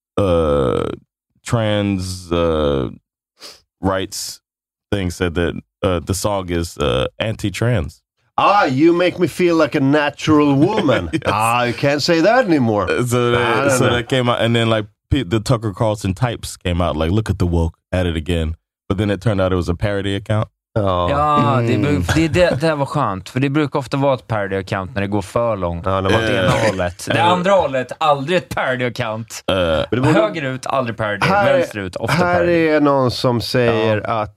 trans rights thing said that the song is anti-trans. You make me feel like a natural woman. You can't say that anymore. So that came out, and then like the Tucker Carlson types came out like, look at the woke, at it again. But then it turned out it was a parody account. Ja, det var skönt. För det brukar ofta vara ett parody-account när det går för långt. Åt ena hållet. Det andra hållet, aldrig ett parody-account. Höger ut, aldrig parody. Vänster ut, ofta här parody. Här är någon som säger att...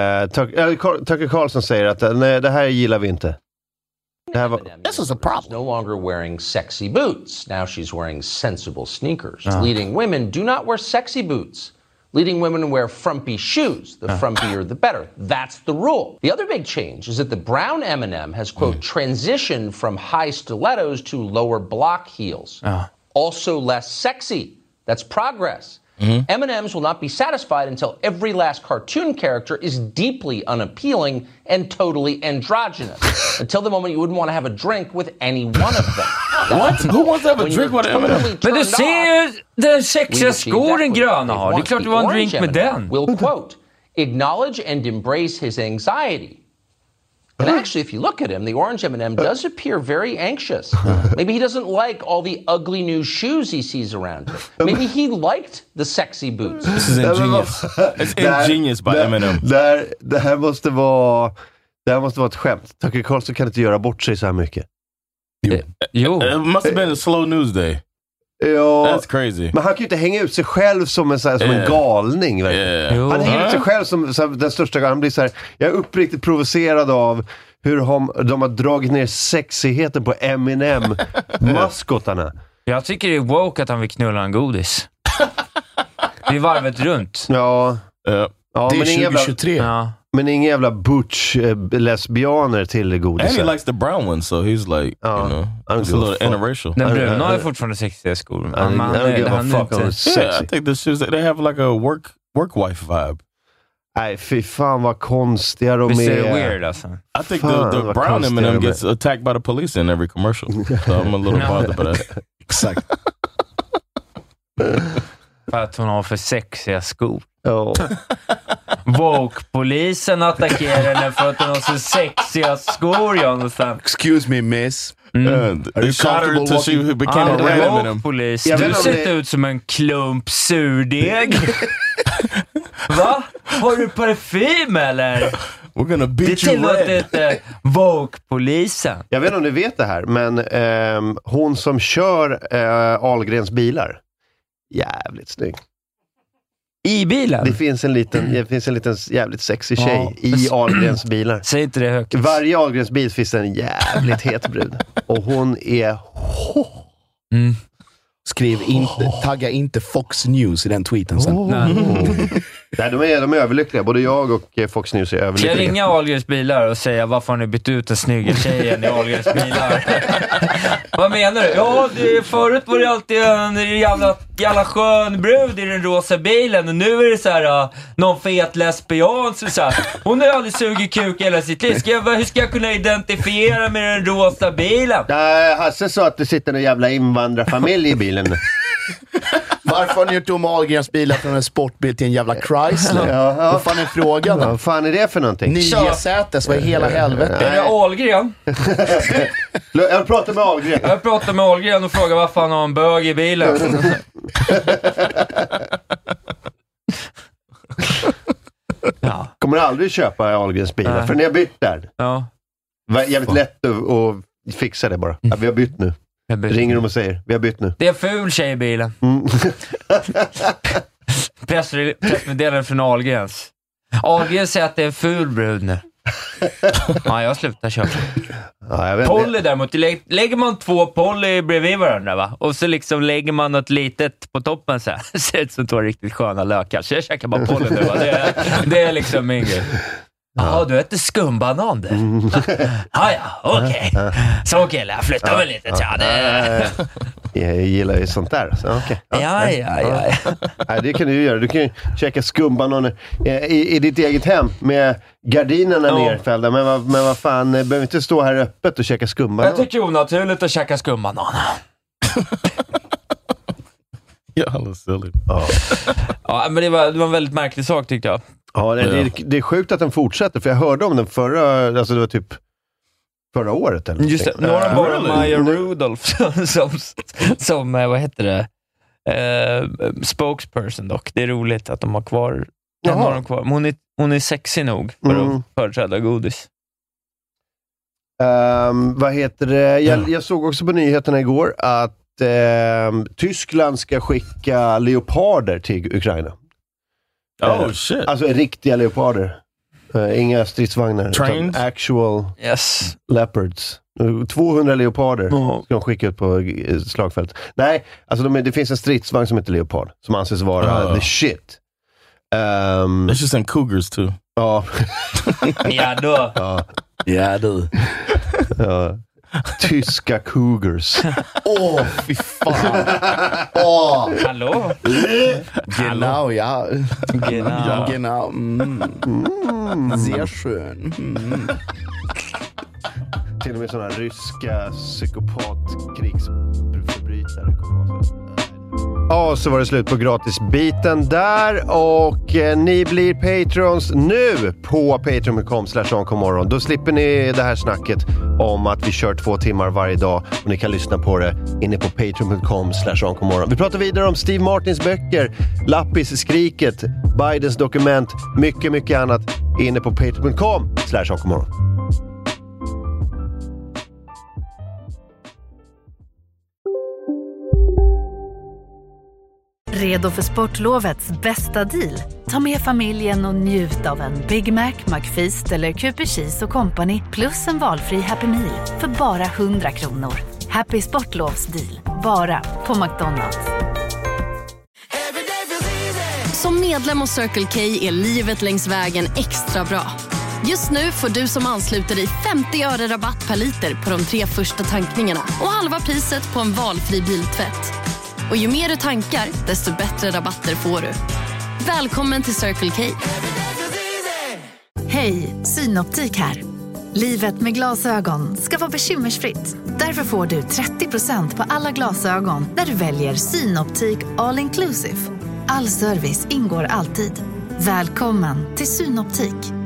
Tucker Carlson säger att nej, det här gillar vi inte. This is a problem. No longer wearing sexy boots. Now she's wearing sensible sneakers. Leading women do not wear sexy boots. Leading women wear frumpy shoes. The frumpier, the better. That's the rule. The other big change is that the brown M&M has, quote, transitioned from high stilettos to lower block heels. Also less sexy. That's progress. M&M's will not be satisfied until every last cartoon character is deeply unappealing and totally androgynous. Until the moment you wouldn't want to have a drink with any one of them. What? Who wants to have a drink with M&M? Men du ser ju den sexiga skor den gröna har. Det är klart du var en drink med den. Will, quote, acknowledge and embrace his anxiety. And actually, if you look at him, the orange M&M does appear very anxious. Maybe he doesn't like all the ugly new shoes he sees around him. Maybe he liked the sexy boots. This is ingenious. It's ingenious by M&M. Det här måste vara ett skämt. Tucker Carlson kan inte göra bort sig så här mycket. Jo. It must have been a slow news day. Ja, that's crazy. Men han kan ju inte hänga ut sig själv som en galning. Han hänger ut sig själv som den största galningen. Han blir så här, jag är uppriktigt provocerad av hur de har dragit ner sexigheten på M&M-maskotarna. Jag tycker det är woke att han vill knulla en godis. Det är varvet runt. Ja, det är 2023. Men inga jävla butch-lesbianer till godis. And he likes the brown one, so he's like, you know, it's a little interracial. Den bruna har fortfarande sexiga skor. I don't give a fuck on sexy. Yeah, I think the shoes, they have like a work wife vibe. Nej, fy fan vad konstiga de är. Visst är det weird alltså? I think the brown M&M gets attacked by the police in every commercial. So I'm a little bothered by that. Exakt. För att hon har för sexiga skor. Woke-polisen attackerar henne för att hon har så sexiga skor, Jonathan. Excuse me, miss. They shot her until she became a red M&M. Polis. Du ser ut som en klump surdeg. Va? Har du parfym eller? We're gonna beat det you red. Det inte Woke-polisen. Jag vet inte om ni vet det här, men hon som kör Ahlgrens bilar, jävligt snygg. I bilen? Det finns en liten jävligt sexy tjej i Ahlgrens bilar. Säg inte det högt. Varje Ahlgrens bil finns en jävligt het brud. Och hon är... Skriv inte, tagga inte Fox News i den tweeten sen. Nej, de är överlyckliga. Både jag och Fox News är överlyckliga. Ska jag ringa Ahlgrens bilar och säga varför har ni bytt ut den snygga tjejen i Ahlgrens bilar? Vad menar du? Ja, förut var det alltid en jävla skön brud i den rosa bilen. Och nu är det så här någon fet lesbian. Så här, hon har aldrig sugit kuk hela sitt liv. Hur ska jag kunna identifiera med den rosa bilen? Hasse sa att det sitter en jävla invandrarfamilj i bilen. Varför har ni gjort om Ahlgrens bilar från en sportbil till en jävla Chrysler? Vad fan är frågan? Vad fan är det för någonting? 9 sätes, vad är hela helvete? Är det Ahlgren? Jag pratar med Ahlgren. Jag pratar med Ahlgren och frågar varför han har en bög i bilen. Kommer aldrig köpa Ahlgrens bilar för ni har bytt där. Ja. Jävligt lätt att fixa det bara. Ja, vi har bytt nu. Ringer de och säger, vi har bytt nu. Det är ful tjej i bilen. Pressmeddelande från Ahlgrens. Ahlgrens säger att det är en ful brud nu. Ja, jag slutar köra. Ja, Polly däremot, lägger man 2 Polly bredvid varandra, va? Och så liksom lägger man något litet på toppen så här. Ser ut som 2 riktigt sköna lökar. Så jag käkar bara Polly nu, va? Det är liksom min grej. Ja, du äter skumbanan du. Ja, okej. Så kille, jag flyttar väl lite. Jag gillar ju sånt där. Så, okay. Ja. Nej, det kan du ju göra. Du kan ju käka skumbananer i ditt eget hem med gardinerna nerfällda. Men vad fan, behöver inte stå här öppet och käka skumbanan. Jag tycker det är onaturligt att käka skumbanan. Ja, silly. Ja, men det var en väldigt märklig sak tyckte jag. Ja, det är sjukt att den fortsätter, för jag hörde om den förra, alltså det var typ förra året eller just det, några bara Maya Rudolph som vad heter det, spokesperson dock. Det är roligt att de har kvar en av dem kvar. Men hon är sexy nog för att företräda godis. Vad heter det? Jag såg också på nyheterna igår att Tyskland ska skicka leoparder till Ukraina. Oh shit. Alltså riktiga leoparder. Inga stridsvagnar. Trained? Actual leopards. 200 leoparder ska de skicka ut på slagfält. Nej, alltså det finns en stridsvagn som heter leopard. Som anses vara the shit. They should send cougars too. Ja. Ja då. Ja du. Ja. Tyska cougars. Fy fan. Hallå? Genau, ja. Genau. Sehr schön. Till och med sådana ryska psykopat-krigsförbrytare kommer vara så. Ja, så var det slut på gratisbiten där och ni blir patrons nu på patreon.com/onkomorron. Då slipper ni det här snacket om att vi kör 2 timmar varje dag och ni kan lyssna på det inne på patreon.com/onkomorron. Vi pratar vidare om Steve Martins böcker, Lappis-skriket, Bidens dokument, mycket, mycket annat inne på patreon.com/onkomorron. Redo för sportlovets bästa deal? Ta med familjen och njut av en Big Mac, McFeast eller Cooper Cheese och Company plus en valfri Happy Meal för bara 100 kronor. Happy Sportlovs deal, bara på McDonald's. Som medlem hos Circle K är livet längs vägen extra bra. Just nu får du som ansluter dig 50 öre rabatt per liter på de 3 första tankningarna och halva priset på en valfri biltvätt. Och ju mer du tankar, desto bättre rabatter får du. Välkommen till Circle K. Hej, Synoptik här. Livet med glasögon ska vara bekymmersfritt. Därför får du 30% på alla glasögon när du väljer Synoptik All Inclusive. All service ingår alltid. Välkommen till Synoptik.